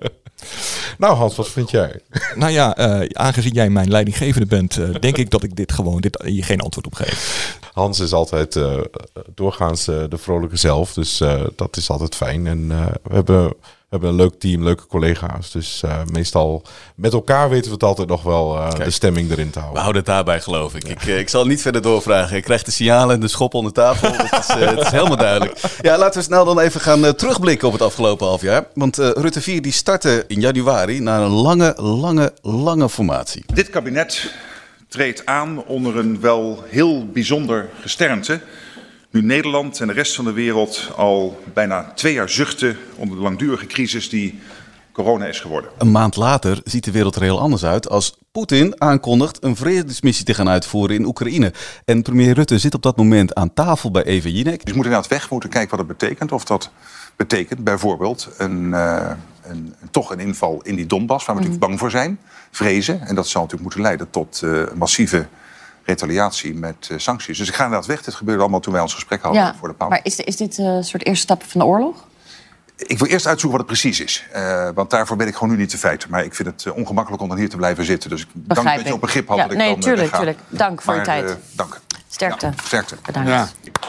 E: Nou Hans, wat vind jij?
F: Nou ja, uh, aangezien jij mijn leidinggevende bent, uh, denk ik dat ik dit gewoon dit, hier geen antwoord op geef.
E: Hans is altijd uh, doorgaans uh, de vrolijke zelf, dus uh, dat is altijd fijn. En uh, we hebben... We hebben een leuk team, leuke collega's. Dus uh, meestal met elkaar weten we het altijd nog wel uh, de stemming erin te houden.
D: We houden het daarbij, geloof ik. Ja. Ik, uh, ik zal niet verder doorvragen. Ik krijg de signalen en de schop onder tafel. Dat is, uh, het is helemaal duidelijk. Ja, laten we snel dan even gaan uh, terugblikken op het afgelopen half jaar. Want uh, Rutte vier die startte in januari na een lange, lange, lange formatie.
I: Dit kabinet treedt aan onder een wel heel bijzonder gesternte. Nu Nederland en de rest van de wereld al bijna twee jaar zuchten onder de langdurige crisis die corona is geworden.
D: Een maand later ziet de wereld er heel anders uit als Poetin aankondigt een vredesmissie te gaan uitvoeren in Oekraïne. En premier Rutte zit op dat moment aan tafel bij Eva Jinek.
I: Dus we moeten inderdaad weg, we moeten kijken wat het betekent. Of dat betekent bijvoorbeeld een, uh, een, toch een inval in die Donbass, waar we mm. natuurlijk bang voor zijn, vrezen. En dat zal natuurlijk moeten leiden tot uh, massieve retaliatie met uh, sancties. Dus ik ga inderdaad weg. Dit gebeurde allemaal toen wij ons gesprek hadden
L: ja,
I: voor de pauze.
L: Maar is, is dit een uh, soort eerste stap van de oorlog?
I: Ik wil eerst uitzoeken wat het precies is. Uh, want daarvoor ben ik gewoon nu niet te feiten. Maar ik vind het uh, ongemakkelijk om dan hier te blijven zitten. Dus ik
L: Begrijp
I: dank dat je op begrip had
L: ja,
I: dat ik
L: nee,
I: dan
L: tuurlijk,
I: wegga.
L: tuurlijk. Dank voor
I: maar,
L: je tijd.
I: Uh, dank.
L: Sterkte.
I: Ja, sterkte.
L: Bedankt.
I: Ja.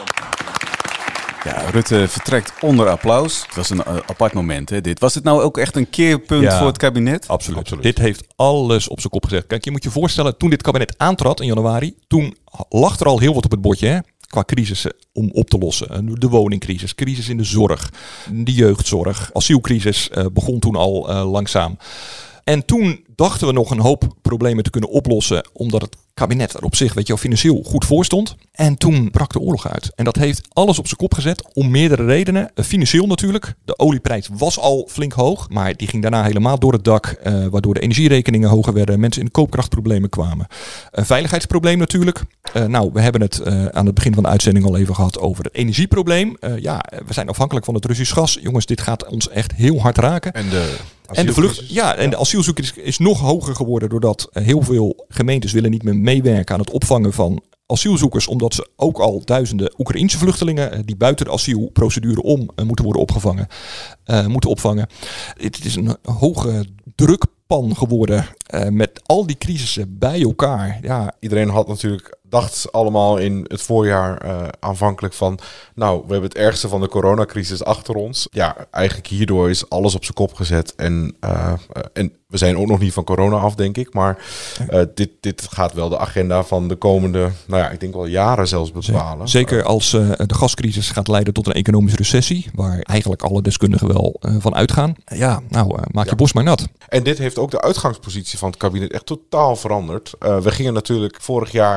D: Ja, Rutte vertrekt onder applaus. Het was een uh, apart moment, hè, dit. Was het nou ook echt een keerpunt ja, voor het kabinet?
F: Absoluut. absoluut. Dit heeft alles op zijn kop gezet. Kijk, je moet je voorstellen, toen dit kabinet aantrad in januari, toen lag er al heel wat op het bordje, hè, qua crisissen om op te lossen. De woningcrisis, crisis in de zorg, de jeugdzorg, asielcrisis uh, begon toen al uh, langzaam. En toen dachten we nog een hoop problemen te kunnen oplossen, omdat het kabinet er op zich, weet je wel, financieel goed voor stond. En toen brak de oorlog uit. En dat heeft alles op zijn kop gezet om meerdere redenen. Financieel natuurlijk. De olieprijs was al flink hoog, maar die ging daarna helemaal door het dak, uh, waardoor de energierekeningen hoger werden, mensen in koopkrachtproblemen kwamen. Een veiligheidsprobleem natuurlijk. Uh, nou, we hebben het uh, aan het begin van de uitzending al even gehad over het energieprobleem. Uh, ja, we zijn afhankelijk van het Russisch gas. Jongens, dit gaat ons echt heel hard raken.
E: En de
F: En de vlucht, ja, en de asielzoeker is, is nog hoger geworden doordat heel veel gemeentes willen niet meer meewerken aan het opvangen van asielzoekers, omdat ze ook al duizenden Oekraïense vluchtelingen die buiten de asielprocedure om uh, moeten worden opgevangen, uh, moeten opvangen. Het is een hoge drukpan geworden uh, met al die crisissen bij elkaar. Ja.
E: Iedereen had natuurlijk dacht allemaal in het voorjaar uh, aanvankelijk van, nou, we hebben het ergste van de coronacrisis achter ons. Ja, eigenlijk hierdoor is alles op zijn kop gezet en, uh, uh, en we zijn ook nog niet van corona af, denk ik. Maar uh, dit, dit gaat wel de agenda van de komende, nou ja, ik denk wel jaren zelfs bepalen.
F: Zeker als uh, de gascrisis gaat leiden tot een economische recessie, waar eigenlijk alle deskundigen wel uh, van uitgaan. Ja, nou, uh, maak je ja. bos maar nat.
E: En dit heeft ook de uitgangspositie van het kabinet echt totaal veranderd. Uh, we gingen natuurlijk vorig jaar uh,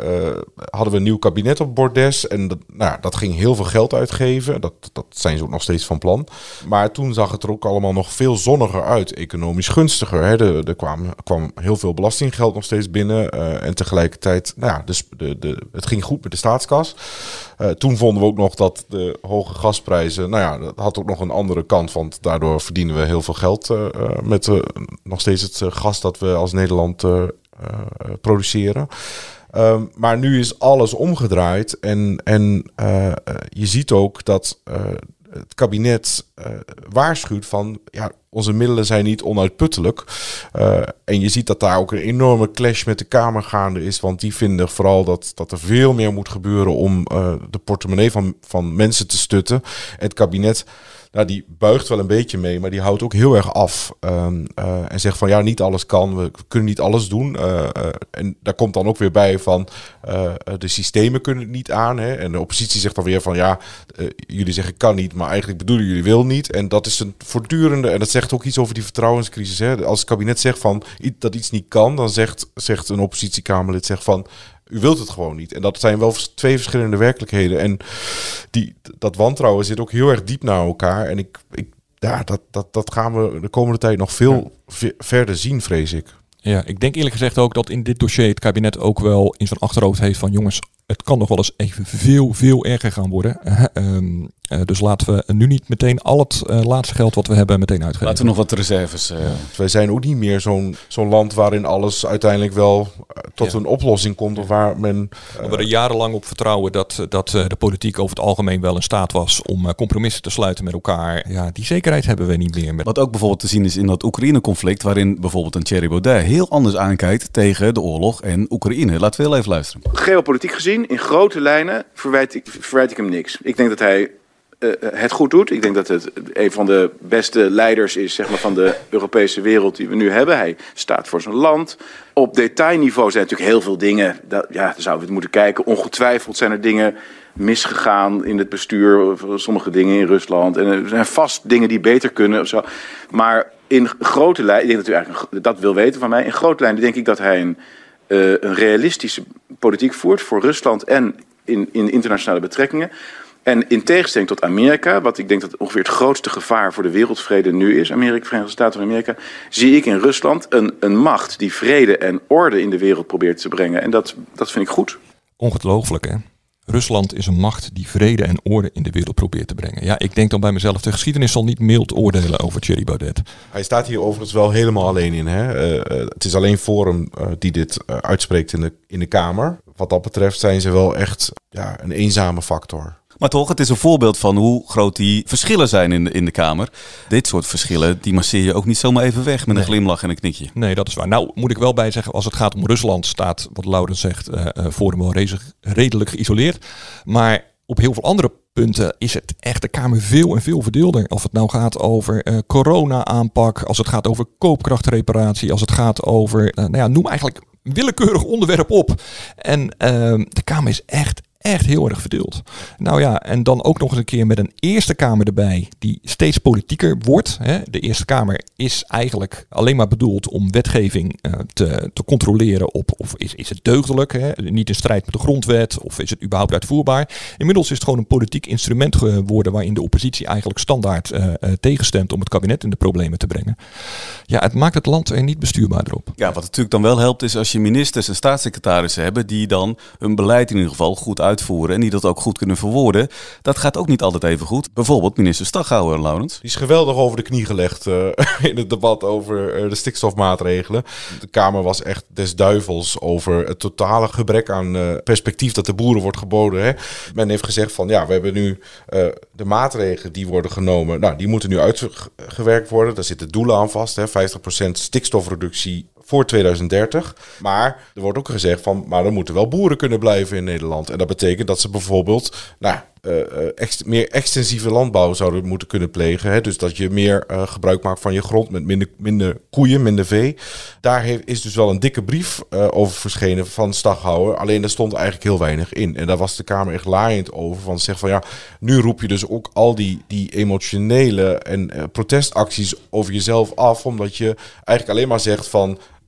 E: uh, hadden we een nieuw kabinet op bordes. En dat, nou ja, dat ging heel veel geld uitgeven. Dat, dat zijn ze ook nog steeds van plan. Maar toen zag het er ook allemaal nog veel zonniger uit. Economisch gunstiger. Hè. Er, er kwam, kwam heel veel belastinggeld nog steeds binnen. Uh, en tegelijkertijd, nou ja, dus de, de, het ging goed met de staatskas. Uh, toen vonden we ook nog dat de hoge gasprijzen, nou ja, dat had ook nog een andere kant. Want daardoor verdienen we heel veel geld uh, met uh, nog steeds het uh, gas dat we als Nederland uh, uh, produceren. Um, maar nu is alles omgedraaid en, en uh, uh, je ziet ook dat uh, het kabinet uh, waarschuwt van, ja, onze middelen zijn niet onuitputtelijk. Uh, en je ziet dat daar ook een enorme clash met de Kamer gaande is, want die vinden vooral dat, dat er veel meer moet gebeuren om uh, de portemonnee van, van mensen te stutten. Het kabinet, nou, die buigt wel een beetje mee, maar die houdt ook heel erg af. Um, uh, en zegt van, ja, niet alles kan, we kunnen niet alles doen. Uh, uh, en daar komt dan ook weer bij van, uh, de systemen kunnen het niet aan. Hè? En de oppositie zegt dan weer van, ja, uh, jullie zeggen kan niet, maar eigenlijk bedoelen jullie wil niet. En dat is een voortdurende, en dat zegt ook iets over die vertrouwenscrisis. Hè? Als het kabinet zegt van, dat iets niet kan, dan zegt, zegt een oppositiekamerlid zegt van, u wilt het gewoon niet. En dat zijn wel twee verschillende werkelijkheden. En die, dat wantrouwen zit ook heel erg diep naar elkaar. En ik, ik, ja, dat, dat, dat gaan we de komende tijd nog veel ja. v- verder zien, vrees ik.
F: Ja, ik denk eerlijk gezegd ook dat in dit dossier het kabinet ook wel in zijn achterhoofd heeft van, jongens, het kan nog wel eens even veel, veel erger gaan worden. Uh, um, uh, dus laten we nu niet meteen al het uh, laatste geld wat we hebben meteen uitgeven.
D: Laten we nog wat reserves. Uh...
E: Ja. Wij zijn ook niet meer zo'n, zo'n land waarin alles uiteindelijk wel uh, tot ja. een oplossing komt. Of waar men... Uh...
F: We er jarenlang op vertrouwen dat, dat uh, de politiek over het algemeen wel in staat was om uh, compromissen te sluiten met elkaar. Ja, die zekerheid hebben we niet meer. Met...
D: Wat ook bijvoorbeeld te zien is in dat Oekraïne-conflict, waarin bijvoorbeeld een Thierry Baudet heel anders aankijkt tegen de oorlog en Oekraïne. Laten we heel even luisteren.
O: Geopolitiek gezien, in grote lijnen, verwijt ik, verwijt ik hem niks. Ik denk dat hij uh, het goed doet. Ik denk dat het een van de beste leiders is, zeg maar, van de Europese wereld die we nu hebben. Hij staat voor zijn land. Op detailniveau zijn natuurlijk heel veel dingen. Dat, ja, daar zouden we moeten kijken. Ongetwijfeld zijn er dingen misgegaan in het bestuur. Sommige dingen in Rusland. En er zijn vast dingen die beter kunnen of zo. Maar in grote lijnen, ik denk dat u eigenlijk dat wil weten van mij. In grote lijnen denk ik dat hij een, uh, een realistische politiek voert voor Rusland en in, in internationale betrekkingen. En in tegenstelling tot Amerika, wat ik denk dat ongeveer het grootste gevaar voor de wereldvrede nu is, Amerika, Verenigde Staten van Amerika, zie ik in Rusland een, een macht die vrede en orde in de wereld probeert te brengen. En dat, dat vind ik goed.
F: Ongelooflijk, hè? Rusland is een macht die vrede en orde in de wereld probeert te brengen. Ja, ik denk dan bij mezelf, de geschiedenis zal niet mild oordelen over Thierry Baudet.
E: Hij staat hier overigens wel helemaal alleen in. Hè? Uh, het is alleen Forum uh, die dit uh, uitspreekt in de, in de Kamer. Wat dat betreft zijn ze wel echt ja, een eenzame factor.
D: Maar toch, het is een voorbeeld van hoe groot die verschillen zijn in de, in de Kamer. Dit soort verschillen, die masseer je ook niet zomaar even weg met een nee. glimlach en een knikje.
F: Nee, dat is waar. Nou, moet ik wel bij zeggen, als het gaat om Rusland, staat, wat Laurens zegt, uh, uh, Forum wel re- redelijk geïsoleerd. Maar op heel veel andere punten is het echt de Kamer veel en veel verdeelder. Of het nou gaat over uh, corona-aanpak, als het gaat over koopkrachtreparatie, als het gaat over, uh, nou ja, noem eigenlijk willekeurig onderwerp op. En uh, de Kamer is echt Echt heel erg verdeeld. Nou ja, en dan ook nog eens een keer met een Eerste Kamer erbij die steeds politieker wordt. Hè. De Eerste Kamer is eigenlijk alleen maar bedoeld om wetgeving uh, te, te controleren op of is, is het deugdelijk, hè. Niet in strijd met de grondwet of is het überhaupt uitvoerbaar. Inmiddels is het gewoon een politiek instrument geworden waarin de oppositie eigenlijk standaard uh, uh, tegenstemt om het kabinet in de problemen te brengen. Ja, het maakt het land er niet bestuurbaarder op.
D: Ja, wat natuurlijk dan wel helpt is als je ministers en staatssecretarissen hebben die dan hun beleid in ieder geval goed uit uitvoeren en die dat ook goed kunnen verwoorden. Dat gaat ook niet altijd even goed. Bijvoorbeeld minister Staghouwer, Laurens.
E: Die is geweldig over de knie gelegd uh, in het debat over uh, de stikstofmaatregelen. De Kamer was echt des duivels over het totale gebrek aan uh, perspectief dat de boeren wordt geboden. Hè. Men heeft gezegd van ja, we hebben nu uh, de maatregelen die worden genomen. Nou, die moeten nu uitgewerkt worden. Daar zitten doelen aan vast. Hè. vijftig procent stikstofreductie voor tweeduizend dertig. Maar er wordt ook gezegd van, maar er moeten wel boeren kunnen blijven in Nederland. En dat betekent dat ze bijvoorbeeld nou, uh, ex- meer extensieve landbouw zouden moeten kunnen plegen. Hè? Dus dat je meer uh, gebruik maakt van je grond met minder, minder koeien, minder vee. Daar heeft, is dus wel een dikke brief uh, over verschenen van Staghouwer. Alleen daar stond eigenlijk heel weinig in. En daar was de Kamer echt laaiend over. Van zeg van ja, nu roep je dus ook al die, die emotionele en uh, protestacties over jezelf af. Omdat je eigenlijk alleen maar zegt van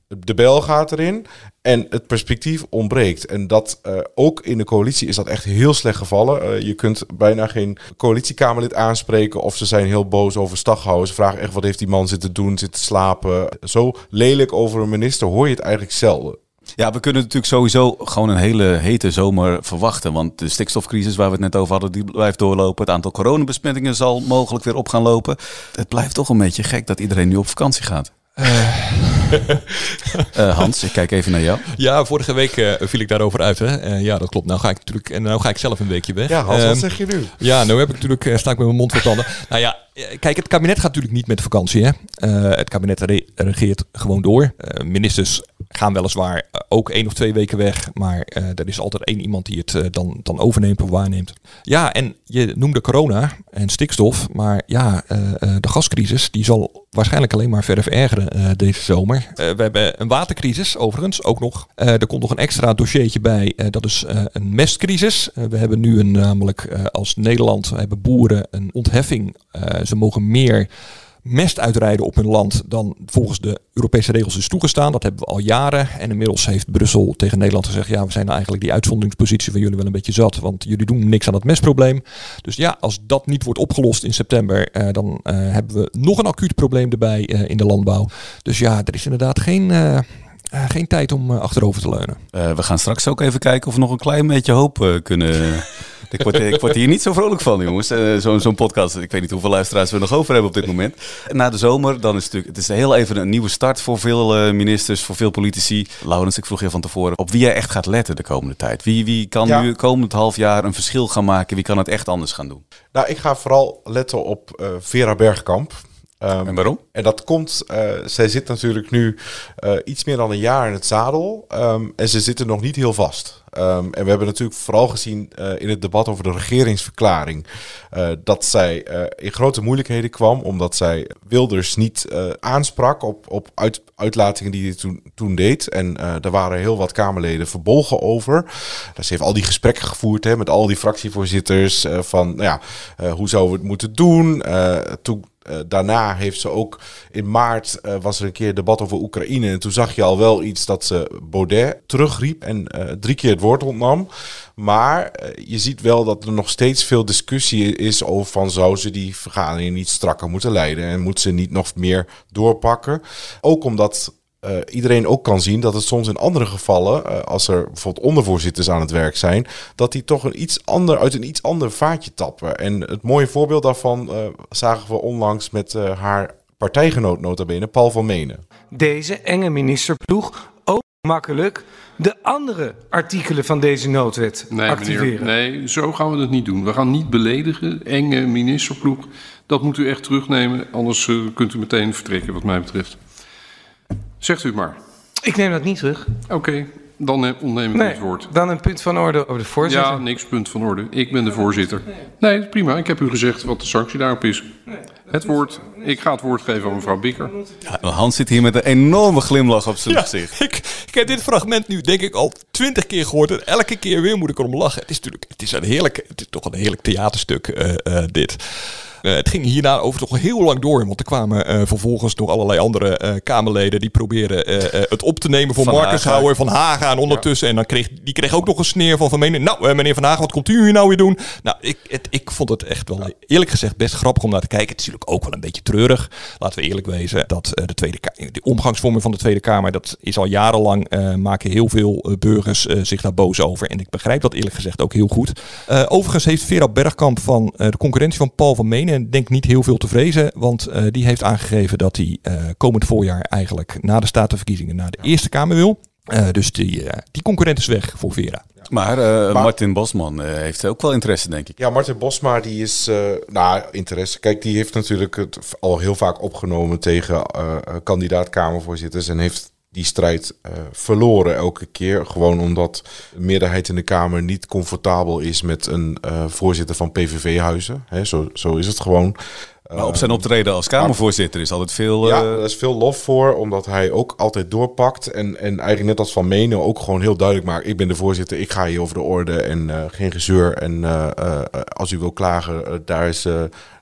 E: de bel gaat erin en het perspectief ontbreekt. En dat uh, ook in de coalitie is dat echt heel slecht gevallen. Uh, je kunt bijna geen coalitiekamerlid aanspreken of ze zijn heel boos over Staghouden. Ze vragen echt wat heeft die man zitten doen, zitten slapen. Zo lelijk over een minister hoor je het eigenlijk zelden.
D: Ja, we kunnen natuurlijk sowieso gewoon een hele hete zomer verwachten. Want de stikstofcrisis waar we het net over hadden, die blijft doorlopen. Het aantal coronabesmettingen zal mogelijk weer op gaan lopen. Het blijft toch een beetje gek dat iedereen nu op vakantie gaat. Uh. uh, Hans, ik kijk even naar jou.
F: Ja, vorige week uh, viel ik daarover uit. Hè? Uh, ja, dat klopt. Nou ga ik natuurlijk en nou ga ik zelf een weekje weg.
E: Ja, Hans,
F: um,
E: wat zeg je nu?
F: Ja, nou heb ik natuurlijk uh, sta ik met mijn mond vol tanden. Nou ja, kijk, het kabinet gaat natuurlijk niet met vakantie. Hè? Uh, het kabinet re- regeert gewoon door. Uh, ministers gaan weliswaar uh, ook één of twee weken weg, maar uh, er is altijd één iemand die het uh, dan, dan overneemt of waarneemt. Ja, en je noemde corona en stikstof, maar ja, uh, uh, de gascrisis die zal waarschijnlijk alleen maar verder verergeren uh, deze zomer. Uh, we hebben een watercrisis, overigens, ook nog. Uh, er komt nog een extra dossiertje bij, uh, dat is uh, een mestcrisis. Uh, we hebben nu een, namelijk uh, als Nederland, hebben boeren een ontheffing. Uh, ze mogen meer mest uitrijden op hun land dan volgens de Europese regels is toegestaan. Dat hebben we al jaren. En inmiddels heeft Brussel tegen Nederland gezegd, ja, we zijn eigenlijk die uitzonderingspositie van jullie wel een beetje zat, want jullie doen niks aan het mestprobleem. Dus ja, als dat niet wordt opgelost in september, uh, dan uh, hebben we nog een acuut probleem erbij uh, in de landbouw. Dus ja, er is inderdaad geen... Uh, Uh, geen tijd om uh, achterover te leunen.
D: Uh, we gaan straks ook even kijken of we nog een klein beetje hoop uh, kunnen... ik, word, ik word hier niet zo vrolijk van, jongens. Uh, zo, zo'n podcast. Ik weet niet hoeveel luisteraars we nog over hebben op dit moment. Na de zomer, dan is het natuurlijk... Het is heel even een nieuwe start voor veel uh, ministers, voor veel politici. Laurens, ik vroeg je van tevoren op wie jij echt gaat letten de komende tijd. Wie, wie kan ja. nu komend half jaar een verschil gaan maken? Wie kan het echt anders gaan doen?
E: Nou, ik ga vooral letten op uh, Vera Bergkamp.
D: Um, en waarom?
E: En dat komt, uh, zij zit natuurlijk nu uh, iets meer dan een jaar in het zadel. Um, en ze zitten nog niet heel vast. Um, en we hebben natuurlijk vooral gezien uh, in het debat over de regeringsverklaring Uh, dat zij uh, in grote moeilijkheden kwam. Omdat zij Wilders niet uh, aansprak op, op uit, uitlatingen die hij toen, toen deed. En uh, daar waren heel wat Kamerleden verbolgen over. Dus ze heeft al die gesprekken gevoerd hè, met al die fractievoorzitters. Uh, van nou ja, uh, hoe zouden we het moeten doen? Uh, toen... Uh, daarna heeft ze ook in maart uh, was er een keer debat over Oekraïne. En toen zag je al wel iets dat ze Baudet terugriep en uh, drie keer het woord ontnam. Maar uh, je ziet wel dat er nog steeds veel discussie is over van zou ze die vergadering niet strakker moeten leiden. En moet ze niet nog meer doorpakken. Ook omdat... Uh, iedereen ook kan zien dat het soms in andere gevallen, uh, als er bijvoorbeeld ondervoorzitters aan het werk zijn, dat die toch een iets ander, uit een iets ander vaatje tappen. En het mooie voorbeeld daarvan uh, zagen we onlangs met uh, haar partijgenoot nota bene, Paul van Menen.
P: Deze enge ministerploeg ook makkelijk de andere artikelen van deze noodwet
M: nee,
P: activeren.
M: Meneer, nee, zo gaan we het niet doen. We gaan niet beledigen, enge ministerploeg. Dat moet u echt terugnemen, anders uh, kunt u meteen vertrekken wat mij betreft. Zegt u het maar.
P: Ik neem dat niet terug.
M: Oké, okay, dan ontneem ik
P: nee,
M: het woord.
P: Dan een punt van orde over de voorzitter.
M: Ja, niks punt van orde. Ik ben de voorzitter. Nee, prima. Ik heb u gezegd wat de sanctie daarop is. Het woord, ik ga het woord geven aan mevrouw Bikker.
D: Ja, Hans zit hier met een enorme glimlach op zijn
F: ja,
D: gezicht.
F: Ik, ik heb dit fragment nu denk ik al twintig keer gehoord. En elke keer weer moet ik erom lachen. Het is natuurlijk, het is een heerlijk, het is toch een heerlijk theaterstuk uh, uh, dit. Uh, het ging hierna over toch heel lang door. Want er kwamen uh, vervolgens door allerlei andere uh, Kamerleden die proberen uh, uh, het op te nemen voor van Marcus Haga. Houwer van Haga. En ondertussen, ja. en dan kreeg die kreeg ook nog een sneer van Van Menen. Nou, uh, meneer Van Haga, wat komt u hier nou weer doen? Nou, ik, het, ik vond het echt wel eerlijk gezegd best grappig om naar te kijken. Het is natuurlijk ook wel een beetje treurig. Laten we eerlijk wezen dat uh, de Tweede Kamer, de omgangsvormen van de Tweede Kamer, dat is al jarenlang, uh, maken heel veel uh, burgers uh, zich daar boos over. En ik begrijp dat eerlijk gezegd ook heel goed. Uh, overigens heeft Vera Bergkamp van uh, de concurrentie van Paul van Menen, en denk niet heel veel te vrezen, want uh, die heeft aangegeven dat hij uh, komend voorjaar eigenlijk na de statenverkiezingen naar de Eerste Kamer wil. Uh, dus die, uh, die concurrent is weg voor Vera.
D: Maar, uh, maar Martin Bosman uh, heeft ook wel interesse, denk ik.
E: Ja, Martin Bosma, die is... Uh, nou, interesse. Kijk, die heeft natuurlijk het al heel vaak opgenomen tegen uh, kandidaat-Kamervoorzitters en heeft die strijd uh, verloren elke keer. Gewoon omdat de meerderheid in de Kamer niet comfortabel is met een uh, voorzitter van P V V-huizen. Hè, zo, zo is het gewoon.
D: Maar op zijn optreden als Kamervoorzitter is altijd veel... Uh...
E: Ja, er is veel lof voor, omdat hij ook altijd doorpakt. En, en eigenlijk net als Van Menen ook gewoon heel duidelijk maakt, ik ben de voorzitter, ik ga hier over de orde en uh, geen gezeur. En uh, uh, als u wil klagen, uh, daar is... Uh,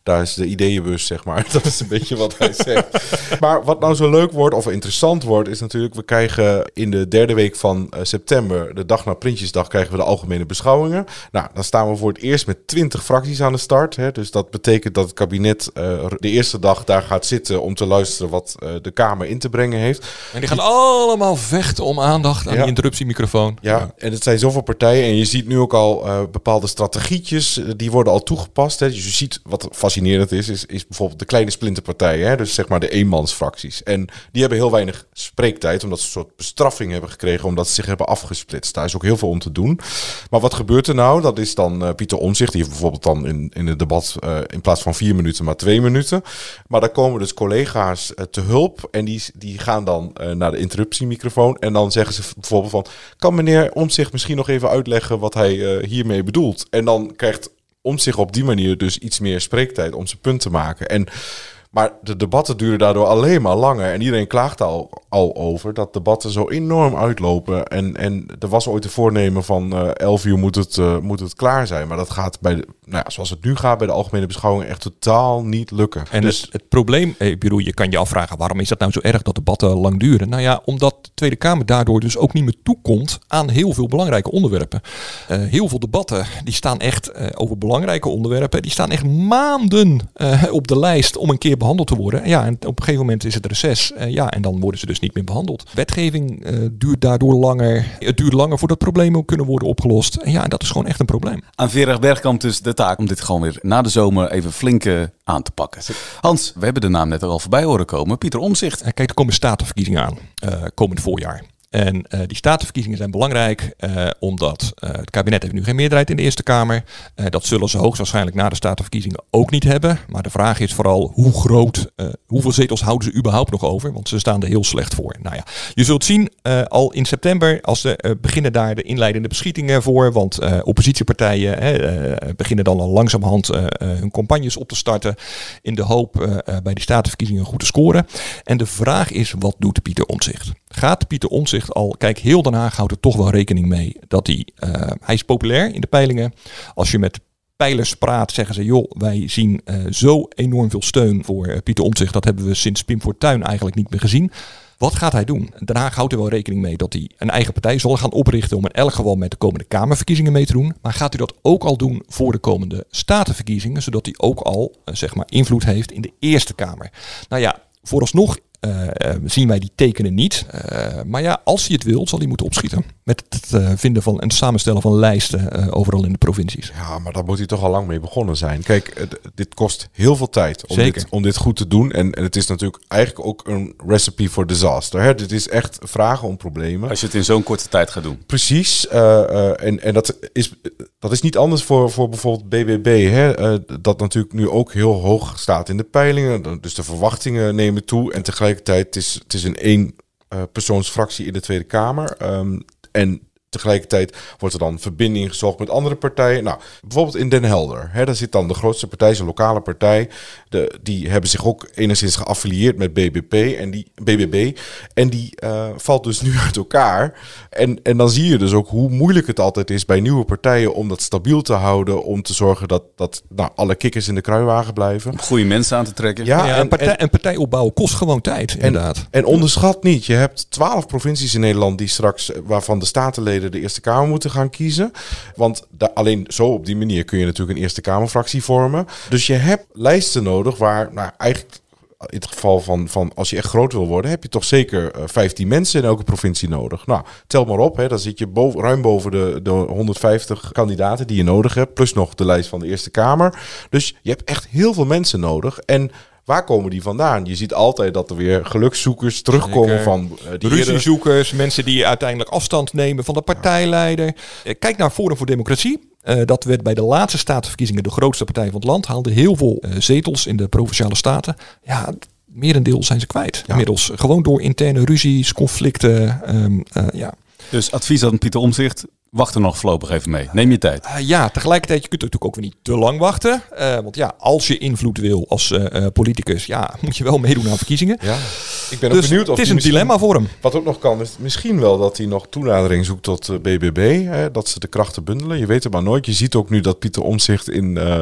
E: Daar is de ideeënbus, zeg maar. Dat is een beetje wat hij zegt. Maar wat nou zo leuk wordt, of interessant wordt, is natuurlijk... we krijgen in de derde week van uh, september, de dag na Prinsjesdag... krijgen we de algemene beschouwingen. Nou, dan staan we voor het eerst met twintig fracties aan de start. Hè. Dus dat betekent dat het kabinet uh, de eerste dag daar gaat zitten... om te luisteren wat uh, de Kamer in te brengen heeft.
F: En die gaan allemaal vechten om aandacht aan ja. die interruptiemicrofoon.
E: Ja, ja, en het zijn zoveel partijen. En je ziet nu ook al uh, bepaalde strategietjes, uh, die worden al toegepast. Hè. Dus je ziet, wat fascinerend is, is, is bijvoorbeeld de kleine splinterpartijen. Hè. Dus zeg maar de eenmansfracties. En die hebben heel weinig spreektijd, omdat ze een soort bestraffing hebben gekregen, omdat ze zich hebben afgesplitst. Daar is ook heel veel om te doen. Maar wat gebeurt er nou? Dat is dan uh, Pieter Omtzigt, die heeft bijvoorbeeld dan in, in het debat uh, in plaats van vier minuten maar twee minuten. Maar daar komen dus collega's uh, te hulp en die, die gaan dan uh, naar de interruptiemicrofoon en dan zeggen ze bijvoorbeeld van, kan meneer Omtzigt misschien nog even uitleggen wat hij uh, hiermee bedoelt? En dan krijgt Omtzigt op die manier dus iets meer spreektijd om zijn punt te maken. En maar de debatten duren daardoor alleen maar langer. En iedereen klaagt al, al over dat debatten zo enorm uitlopen. En, en er was ooit een voornemen van uh, elf uur moet het, uh, moet het klaar zijn. Maar dat gaat bij de, nou ja, zoals het nu gaat bij de algemene beschouwing echt totaal niet lukken.
F: En
E: dus
F: het, het probleem, ik bedoel, je kan je afvragen, waarom is dat nou zo erg dat debatten lang duren? Nou ja, omdat de Tweede Kamer daardoor dus ook niet meer toekomt aan heel veel belangrijke onderwerpen. Uh, heel veel debatten, die staan echt uh, over belangrijke onderwerpen, die staan echt maanden uh, op de lijst om een keer behandeld te worden. Ja, en op een gegeven moment is het reces. Uh, ja, en dan worden ze dus niet meer behandeld. Wetgeving uh, duurt daardoor langer. Het duurt langer voordat problemen kunnen worden opgelost. En ja, dat is gewoon echt een probleem.
D: Aan Vera Bergkamp dus de taak om dit gewoon weer na de zomer even flink uh, aan te pakken. Hans, we hebben de naam net al voorbij horen komen. Pieter Omtzigt.
F: Uh, kijk, er komen statenverkiezingen aan. Uh, komend voorjaar. En uh, die statenverkiezingen zijn belangrijk, uh, omdat uh, het kabinet heeft nu geen meerderheid in de Eerste Kamer. Uh, dat zullen ze hoogstwaarschijnlijk na de statenverkiezingen ook niet hebben. Maar de vraag is vooral hoe groot, uh, hoeveel zetels houden ze überhaupt nog over? Want ze staan er heel slecht voor. Nou ja, je zult zien uh, al in september, als ze uh, beginnen daar de inleidende beschietingen voor. Want uh, oppositiepartijen uh, uh, beginnen dan al langzamerhand uh, uh, hun campagnes op te starten. In de hoop uh, uh, bij die statenverkiezingen goed te scoren. En de vraag is, wat doet Pieter Omtzigt? Gaat Pieter Omtzigt al, kijk, heel Den Haag houdt er toch wel rekening mee dat hij, uh, hij is populair in de peilingen. Als je met peilers praat, zeggen ze, joh, wij zien uh, zo enorm veel steun voor uh, Pieter Omtzigt. Dat hebben we sinds Pim Fortuyn eigenlijk niet meer gezien. Wat gaat hij doen? Den Haag houdt er wel rekening mee dat hij een eigen partij zal gaan oprichten om in elk geval met de komende Kamerverkiezingen mee te doen. Maar gaat hij dat ook al doen voor de komende statenverkiezingen, zodat hij ook al, uh, zeg maar, invloed heeft in de Eerste Kamer? Nou ja, vooralsnog Uh, uh, zien wij die tekenen niet. Uh, maar ja, als hij het wil, zal hij moeten opschieten. Met het uh, vinden van en samenstellen van lijsten uh, overal in de provincies.
E: Ja, maar daar moet hij toch al lang mee begonnen zijn. Kijk, uh, d- dit kost heel veel tijd om dit, om dit goed te doen. En, en het is natuurlijk eigenlijk ook een recipe for disaster. Hè? Dit is echt vragen om problemen.
D: Als je het in zo'n korte tijd gaat doen.
E: Precies. Uh, uh, en en dat, is, dat is niet anders voor, voor bijvoorbeeld B B B. Hè? Uh, dat natuurlijk nu ook heel hoog staat in de peilingen. Dus de verwachtingen nemen toe. En tegelijkertijd Het is, het is een één uh, persoonsfractie in de Tweede Kamer. Um, en tegelijkertijd wordt er dan verbinding gezocht met andere partijen. Nou, bijvoorbeeld in Den Helder. Hè, daar zit dan de grootste partij, zijn lokale partij. De, die hebben zich ook enigszins geaffilieerd met B B P en die B B B. En die uh, valt dus nu uit elkaar. En, en dan zie je dus ook hoe moeilijk het altijd is bij nieuwe partijen om dat stabiel te houden. Om te zorgen dat, dat nou, alle kikkers in de kruiwagen blijven.
D: Om goede mensen aan te trekken.
F: Ja, ja en, een, partij, en, een partij opbouwen kost gewoon tijd, inderdaad.
E: En, en onderschat niet. Je hebt twaalf provincies in Nederland die straks, waarvan de statenleden de Eerste Kamer moeten gaan kiezen. Want da- alleen zo op die manier kun je natuurlijk een Eerste Kamerfractie vormen. Dus je hebt lijsten nodig waar, nou eigenlijk in het geval van, van als je echt groot wil worden, heb je toch zeker uh, vijftien mensen in elke provincie nodig. Nou, tel maar op, hè, dan zit je boven, ruim boven de, de honderdvijftig kandidaten die je nodig hebt. Plus nog de lijst van de Eerste Kamer. Dus je hebt echt heel veel mensen nodig. En waar komen die vandaan? Je ziet altijd dat er weer gelukszoekers terugkomen. Zeker. Van uh, die
F: ruziezoekers, mensen die uiteindelijk afstand nemen van de partijleider. Ja. Kijk naar Forum voor Democratie. Uh, dat werd bij de laatste statenverkiezingen de grootste partij van het land. Haalde heel veel uh, zetels in de Provinciale Staten. Ja, merendeel zijn ze kwijt. Ja. Inmiddels gewoon door interne ruzies, conflicten. Um, uh, ja.
D: Dus advies aan Pieter Omtzigt. Wacht er nog voorlopig even mee. Neem je tijd.
F: Uh, ja, tegelijkertijd, je kunt natuurlijk ook weer niet te lang wachten. Uh, want ja, als je invloed wil als uh, uh, politicus, ja, moet je wel meedoen aan verkiezingen.
E: Ja, ik ben
F: dus
E: ook benieuwd of
F: het is een dilemma voor hem.
E: Wat ook nog kan, is misschien wel dat hij nog toenadering zoekt tot uh, B B B. Hè, dat ze de krachten bundelen. Je weet het maar nooit. Je ziet ook nu dat Pieter Omtzigt in, uh,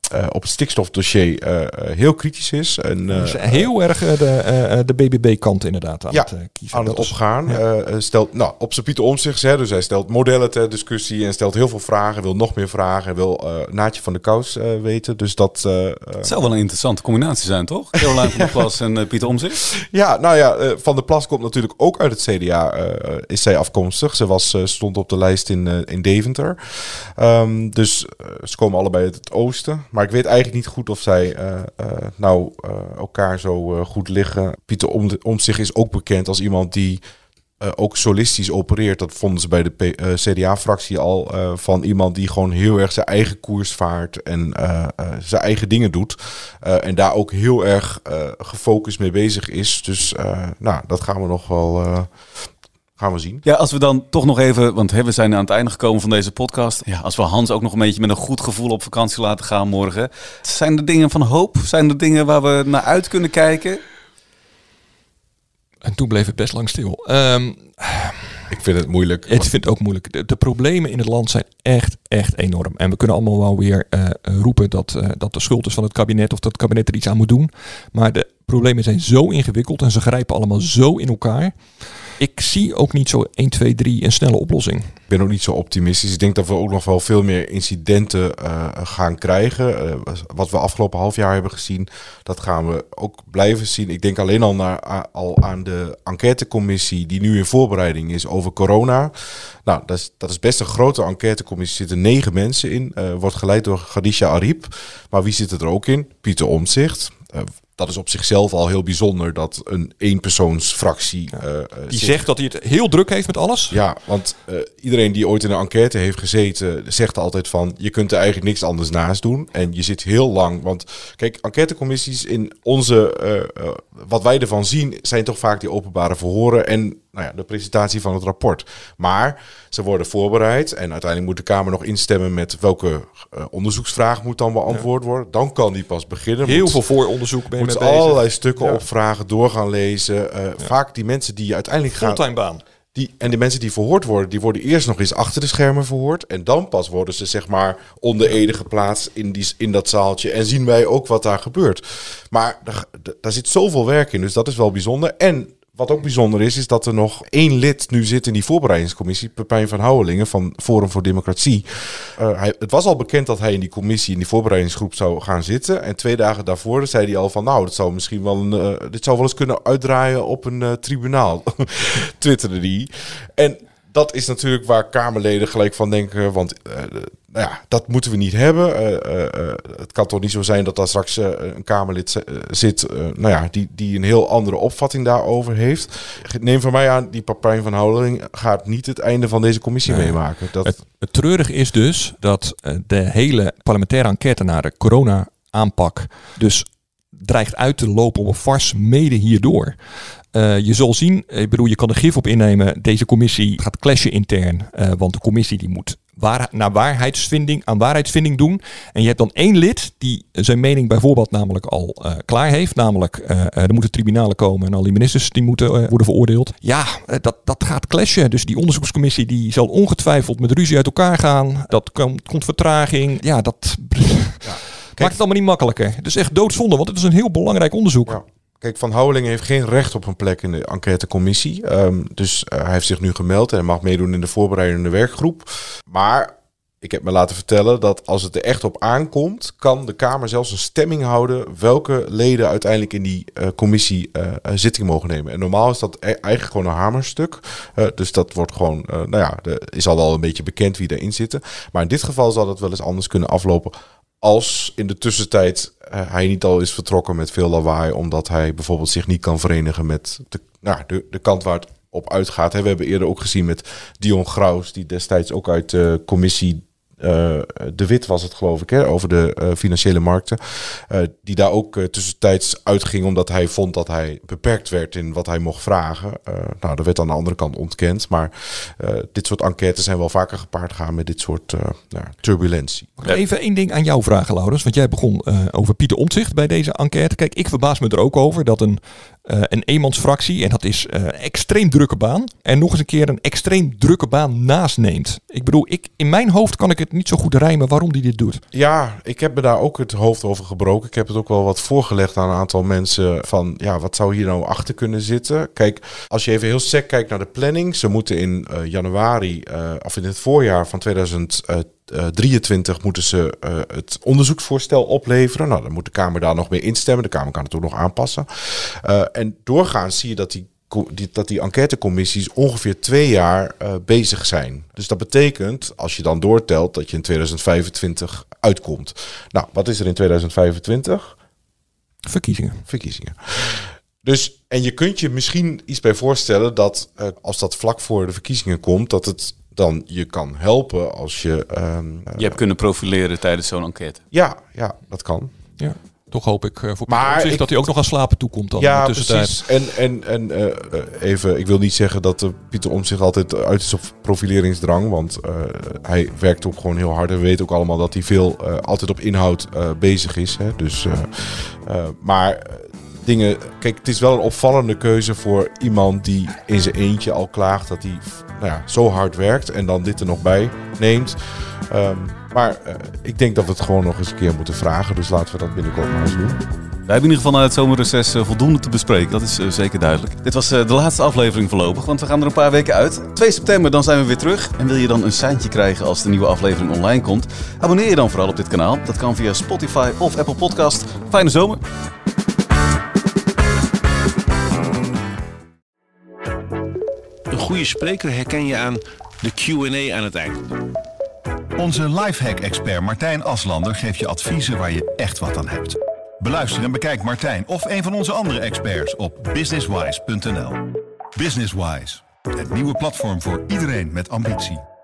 E: uh, op het stikstofdossier uh, heel kritisch is. En, uh,
F: dus heel erg uh, de, uh, de B B B-kant inderdaad aan
E: ja,
F: het uh, kiezen.
E: aan het
F: dat
E: opgaan.
F: Is, ja.
E: uh, stelt, nou, op zijn Pieter Omtzigt, hè, dus hij stelt modellen ter discussie en stelt heel veel vragen, wil nog meer vragen, wil uh, Naatje van de Kous uh, weten. Dus dat uh,
D: het zou wel een interessante combinatie zijn, toch? Caroline van der Plas en uh, Pieter Omtzigt.
E: Ja, nou ja, uh, Van der Plas komt natuurlijk ook uit het C D A. Uh, is zij afkomstig. Ze was, uh, stond op de lijst in, uh, in Deventer. Um, dus uh, ze komen allebei uit het oosten. Maar ik weet eigenlijk niet goed of zij uh, uh, nou uh, elkaar zo uh, goed liggen. Pieter Om- Omtzigt is ook bekend als iemand die uh, ook solistisch opereert. Dat vonden ze bij de P- uh, C D A-fractie al. Uh, van iemand die gewoon heel erg zijn eigen koers vaart en uh, uh, zijn eigen dingen doet. Uh, en daar ook heel erg uh, gefocust mee bezig is. Dus uh, nou, dat gaan we nog wel... Uh, Gaan we zien.
D: Ja, als we dan toch nog even, want we zijn aan het einde gekomen van deze podcast. Ja, als we Hans ook nog een beetje met een goed gevoel op vakantie laten gaan morgen. Zijn er dingen van hoop? Zijn er dingen waar we naar uit kunnen kijken?
F: En toen bleef het best lang stil. Um,
E: ik vind het moeilijk.
F: Ik vind het ook moeilijk. De, de problemen in het land zijn echt, echt enorm. En we kunnen allemaal wel weer uh, roepen dat, uh, dat de schuld is van het kabinet of dat het kabinet er iets aan moet doen. Maar de problemen zijn zo ingewikkeld en ze grijpen allemaal zo in elkaar. Ik zie ook niet zo één, twee, drie een snelle oplossing.
E: Ik ben ook niet zo optimistisch. Ik denk dat we ook nog wel veel meer incidenten uh, gaan krijgen. Uh, wat we afgelopen half jaar hebben gezien, dat gaan we ook blijven zien. Ik denk alleen al, naar, al aan de enquêtecommissie die nu in voorbereiding is over corona. Nou, dat is, dat is best een grote enquêtecommissie. Er zitten negen mensen in. Uh, wordt geleid door Khadija Arib. Maar wie zit er ook in? Pieter Omtzigt. Uh, Dat is op zichzelf al heel bijzonder dat een eenpersoonsfractie... Uh,
F: die zit. Zegt dat hij het heel druk heeft met alles?
E: Ja, want uh, iedereen die ooit in een enquête heeft gezeten... zegt altijd van, je kunt er eigenlijk niks anders naast doen. En je zit heel lang... Want kijk, enquêtecommissies in onze... Uh, uh, wat wij ervan zien, zijn toch vaak die openbare verhoren... en nou ja, de presentatie van het rapport. Maar ze worden voorbereid... en uiteindelijk moet de Kamer nog instemmen... met welke uh, onderzoeksvraag moet dan beantwoord worden. Dan kan die pas beginnen.
F: Heel
E: moet,
F: veel vooronderzoek ben je
E: moet
F: mee bezig.
E: allerlei stukken
F: ja.
E: opvragen, door gaan lezen. Uh, ja. Vaak die mensen die uiteindelijk gaan...
F: Fulltime baan.
E: Die, en de mensen die verhoord worden, die worden eerst nog eens achter de schermen verhoord. En dan pas worden ze zeg maar onder ede geplaatst in, die, in dat zaaltje. En zien wij ook wat daar gebeurt. Maar daar, daar zit zoveel werk in, dus dat is wel bijzonder. En wat ook bijzonder is, is dat er nog één lid nu zit in die voorbereidingscommissie. Pepijn van Houwelingen van Forum voor Democratie. Uh, hij, het was al bekend dat hij in die commissie, in die voorbereidingsgroep zou gaan zitten. En twee dagen daarvoor zei hij al van, nou, dat zou misschien wel een, uh, dit zou wel eens kunnen uitdraaien op een uh, tribunaal. Twitterde die. En dat is natuurlijk waar Kamerleden gelijk van denken, want uh, nou ja, dat moeten we niet hebben. Uh, uh, uh, het kan toch niet zo zijn dat daar straks uh, een Kamerlid uh, zit, uh, nou ja, die, die een heel andere opvatting daarover heeft. Neem van mij aan, die Pepijn van Houweling gaat niet het einde van deze commissie nee. meemaken. Dat...
F: Het, het treurige is dus dat uh, de hele parlementaire enquête naar de corona-aanpak dus dreigt uit te lopen op een farce mede hierdoor. Uh, je zal zien, ik bedoel, je kan er gif op innemen. Deze commissie gaat clashen intern. Uh, want de commissie die moet waar, naar waarheidsvinding, aan waarheidsvinding doen. En je hebt dan één lid die zijn mening bijvoorbeeld namelijk al uh, klaar heeft. Namelijk, uh, er moeten tribunalen komen en al die ministers die moeten uh, worden veroordeeld. Ja, uh, dat, dat gaat clashen. Dus die onderzoekscommissie die zal ongetwijfeld met ruzie uit elkaar gaan. Dat komt, komt vertraging. Ja, dat ja. maakt het allemaal niet makkelijker. Het is echt doodzonde, want het is een heel belangrijk onderzoek.
E: Ja. Kijk, Van Houwelingen heeft geen recht op een plek in de enquêtecommissie. Um, dus uh, hij heeft zich nu gemeld en hij mag meedoen in de voorbereidende werkgroep. Maar ik heb me laten vertellen dat als het er echt op aankomt, kan de Kamer zelfs een stemming houden welke leden uiteindelijk in die uh, commissie uh, zitting mogen nemen. En normaal is dat e- eigenlijk gewoon een hamerstuk. Uh, dus dat wordt gewoon, uh, nou ja, er is al wel een beetje bekend wie erin zitten. Maar in dit geval zal het wel eens anders kunnen aflopen. Als in de tussentijd uh, hij niet al is vertrokken met veel lawaai, omdat hij bijvoorbeeld zich niet kan verenigen met de, nou, de, de kant waar het op uitgaat. He, we hebben eerder ook gezien met Dion Graus, die destijds ook uit de commissie Uh, De Wit was het geloof ik, hè, over de uh, financiële markten. Uh, die daar ook uh, tussentijds uitging omdat hij vond dat hij beperkt werd in wat hij mocht vragen. Uh, nou, dat werd aan de andere kant ontkend. Maar uh, dit soort enquêtes zijn wel vaker gepaard gaan met dit soort uh, nou, turbulentie.
F: Even één ding aan jou vragen, Laurens. Want jij begon uh, over Pieter Omtzigt bij deze enquête. Kijk, ik verbaas me er ook over dat een uh, een eenmansfractie, en dat is uh, een extreem drukke baan, en nog eens een keer een extreem drukke baan naast neemt. Ik bedoel, ik, in mijn hoofd kan ik het niet zo goed rijmen waarom die dit doet.
E: Ja, ik heb me daar ook het hoofd over gebroken. Ik heb het ook wel wat voorgelegd aan een aantal mensen van, ja, wat zou hier nou achter kunnen zitten? Kijk, als je even heel sec kijkt naar de planning, ze moeten in uh, januari, uh, of in het voorjaar van tweeduizend drieëntwintig moeten ze uh, het onderzoeksvoorstel opleveren. Nou, dan moet de Kamer daar nog mee instemmen. De Kamer kan het ook nog aanpassen. Uh, en doorgaans zie je dat die, die, dat die enquêtecommissies ongeveer twee jaar uh, bezig zijn. Dus dat betekent, als je dan doortelt, dat je in tweeduizend vijfentwintig uitkomt. Nou, wat is er in tweeduizend vijfentwintig?
F: Verkiezingen.
E: Verkiezingen. Dus, en je kunt je misschien iets bij voorstellen dat uh, als dat vlak voor de verkiezingen komt, dat het dan je kan helpen als je... Um,
D: je hebt kunnen profileren tijdens zo'n enquête.
E: Ja, ja, dat kan.
F: Ja, toch hoop ik uh, voor Pieter dat hij ook nog aan slapen toekomt dan.
E: Ja,
F: in de tussentijd.
E: Precies. En, en, en uh, even, ik wil niet zeggen dat uh, Pieter Omtzigt altijd uit is op profileringsdrang, want uh, hij werkt ook gewoon heel hard. En we weten ook allemaal dat hij veel uh, altijd op inhoud uh, bezig is. Hè? Dus, uh, uh, maar... Dingen, kijk, het is wel een opvallende keuze voor iemand die in zijn eentje al klaagt dat hij nou ja, zo hard werkt en dan dit er nog bij neemt. Um, maar uh, ik denk dat we het gewoon nog eens een keer moeten vragen. Dus laten we dat binnenkort maar eens doen.
D: We hebben in ieder geval na het zomerreces uh, voldoende te bespreken. Dat is uh, zeker duidelijk. Dit was uh, de laatste aflevering voorlopig, want we gaan er een paar weken uit. twee september, dan zijn we weer terug. En wil je dan een seintje krijgen als de nieuwe aflevering online komt? Abonneer je dan vooral op dit kanaal. Dat kan via Spotify of Apple Podcast. Fijne zomer!
A: Een goede spreker herken je aan de Q en A aan het eind.
B: Onze lifehack-expert Martijn Aslander geeft je adviezen waar je echt wat aan hebt. Beluister en bekijk Martijn of een van onze andere experts op businesswise punt n l. Businesswise, het nieuwe platform voor iedereen met ambitie.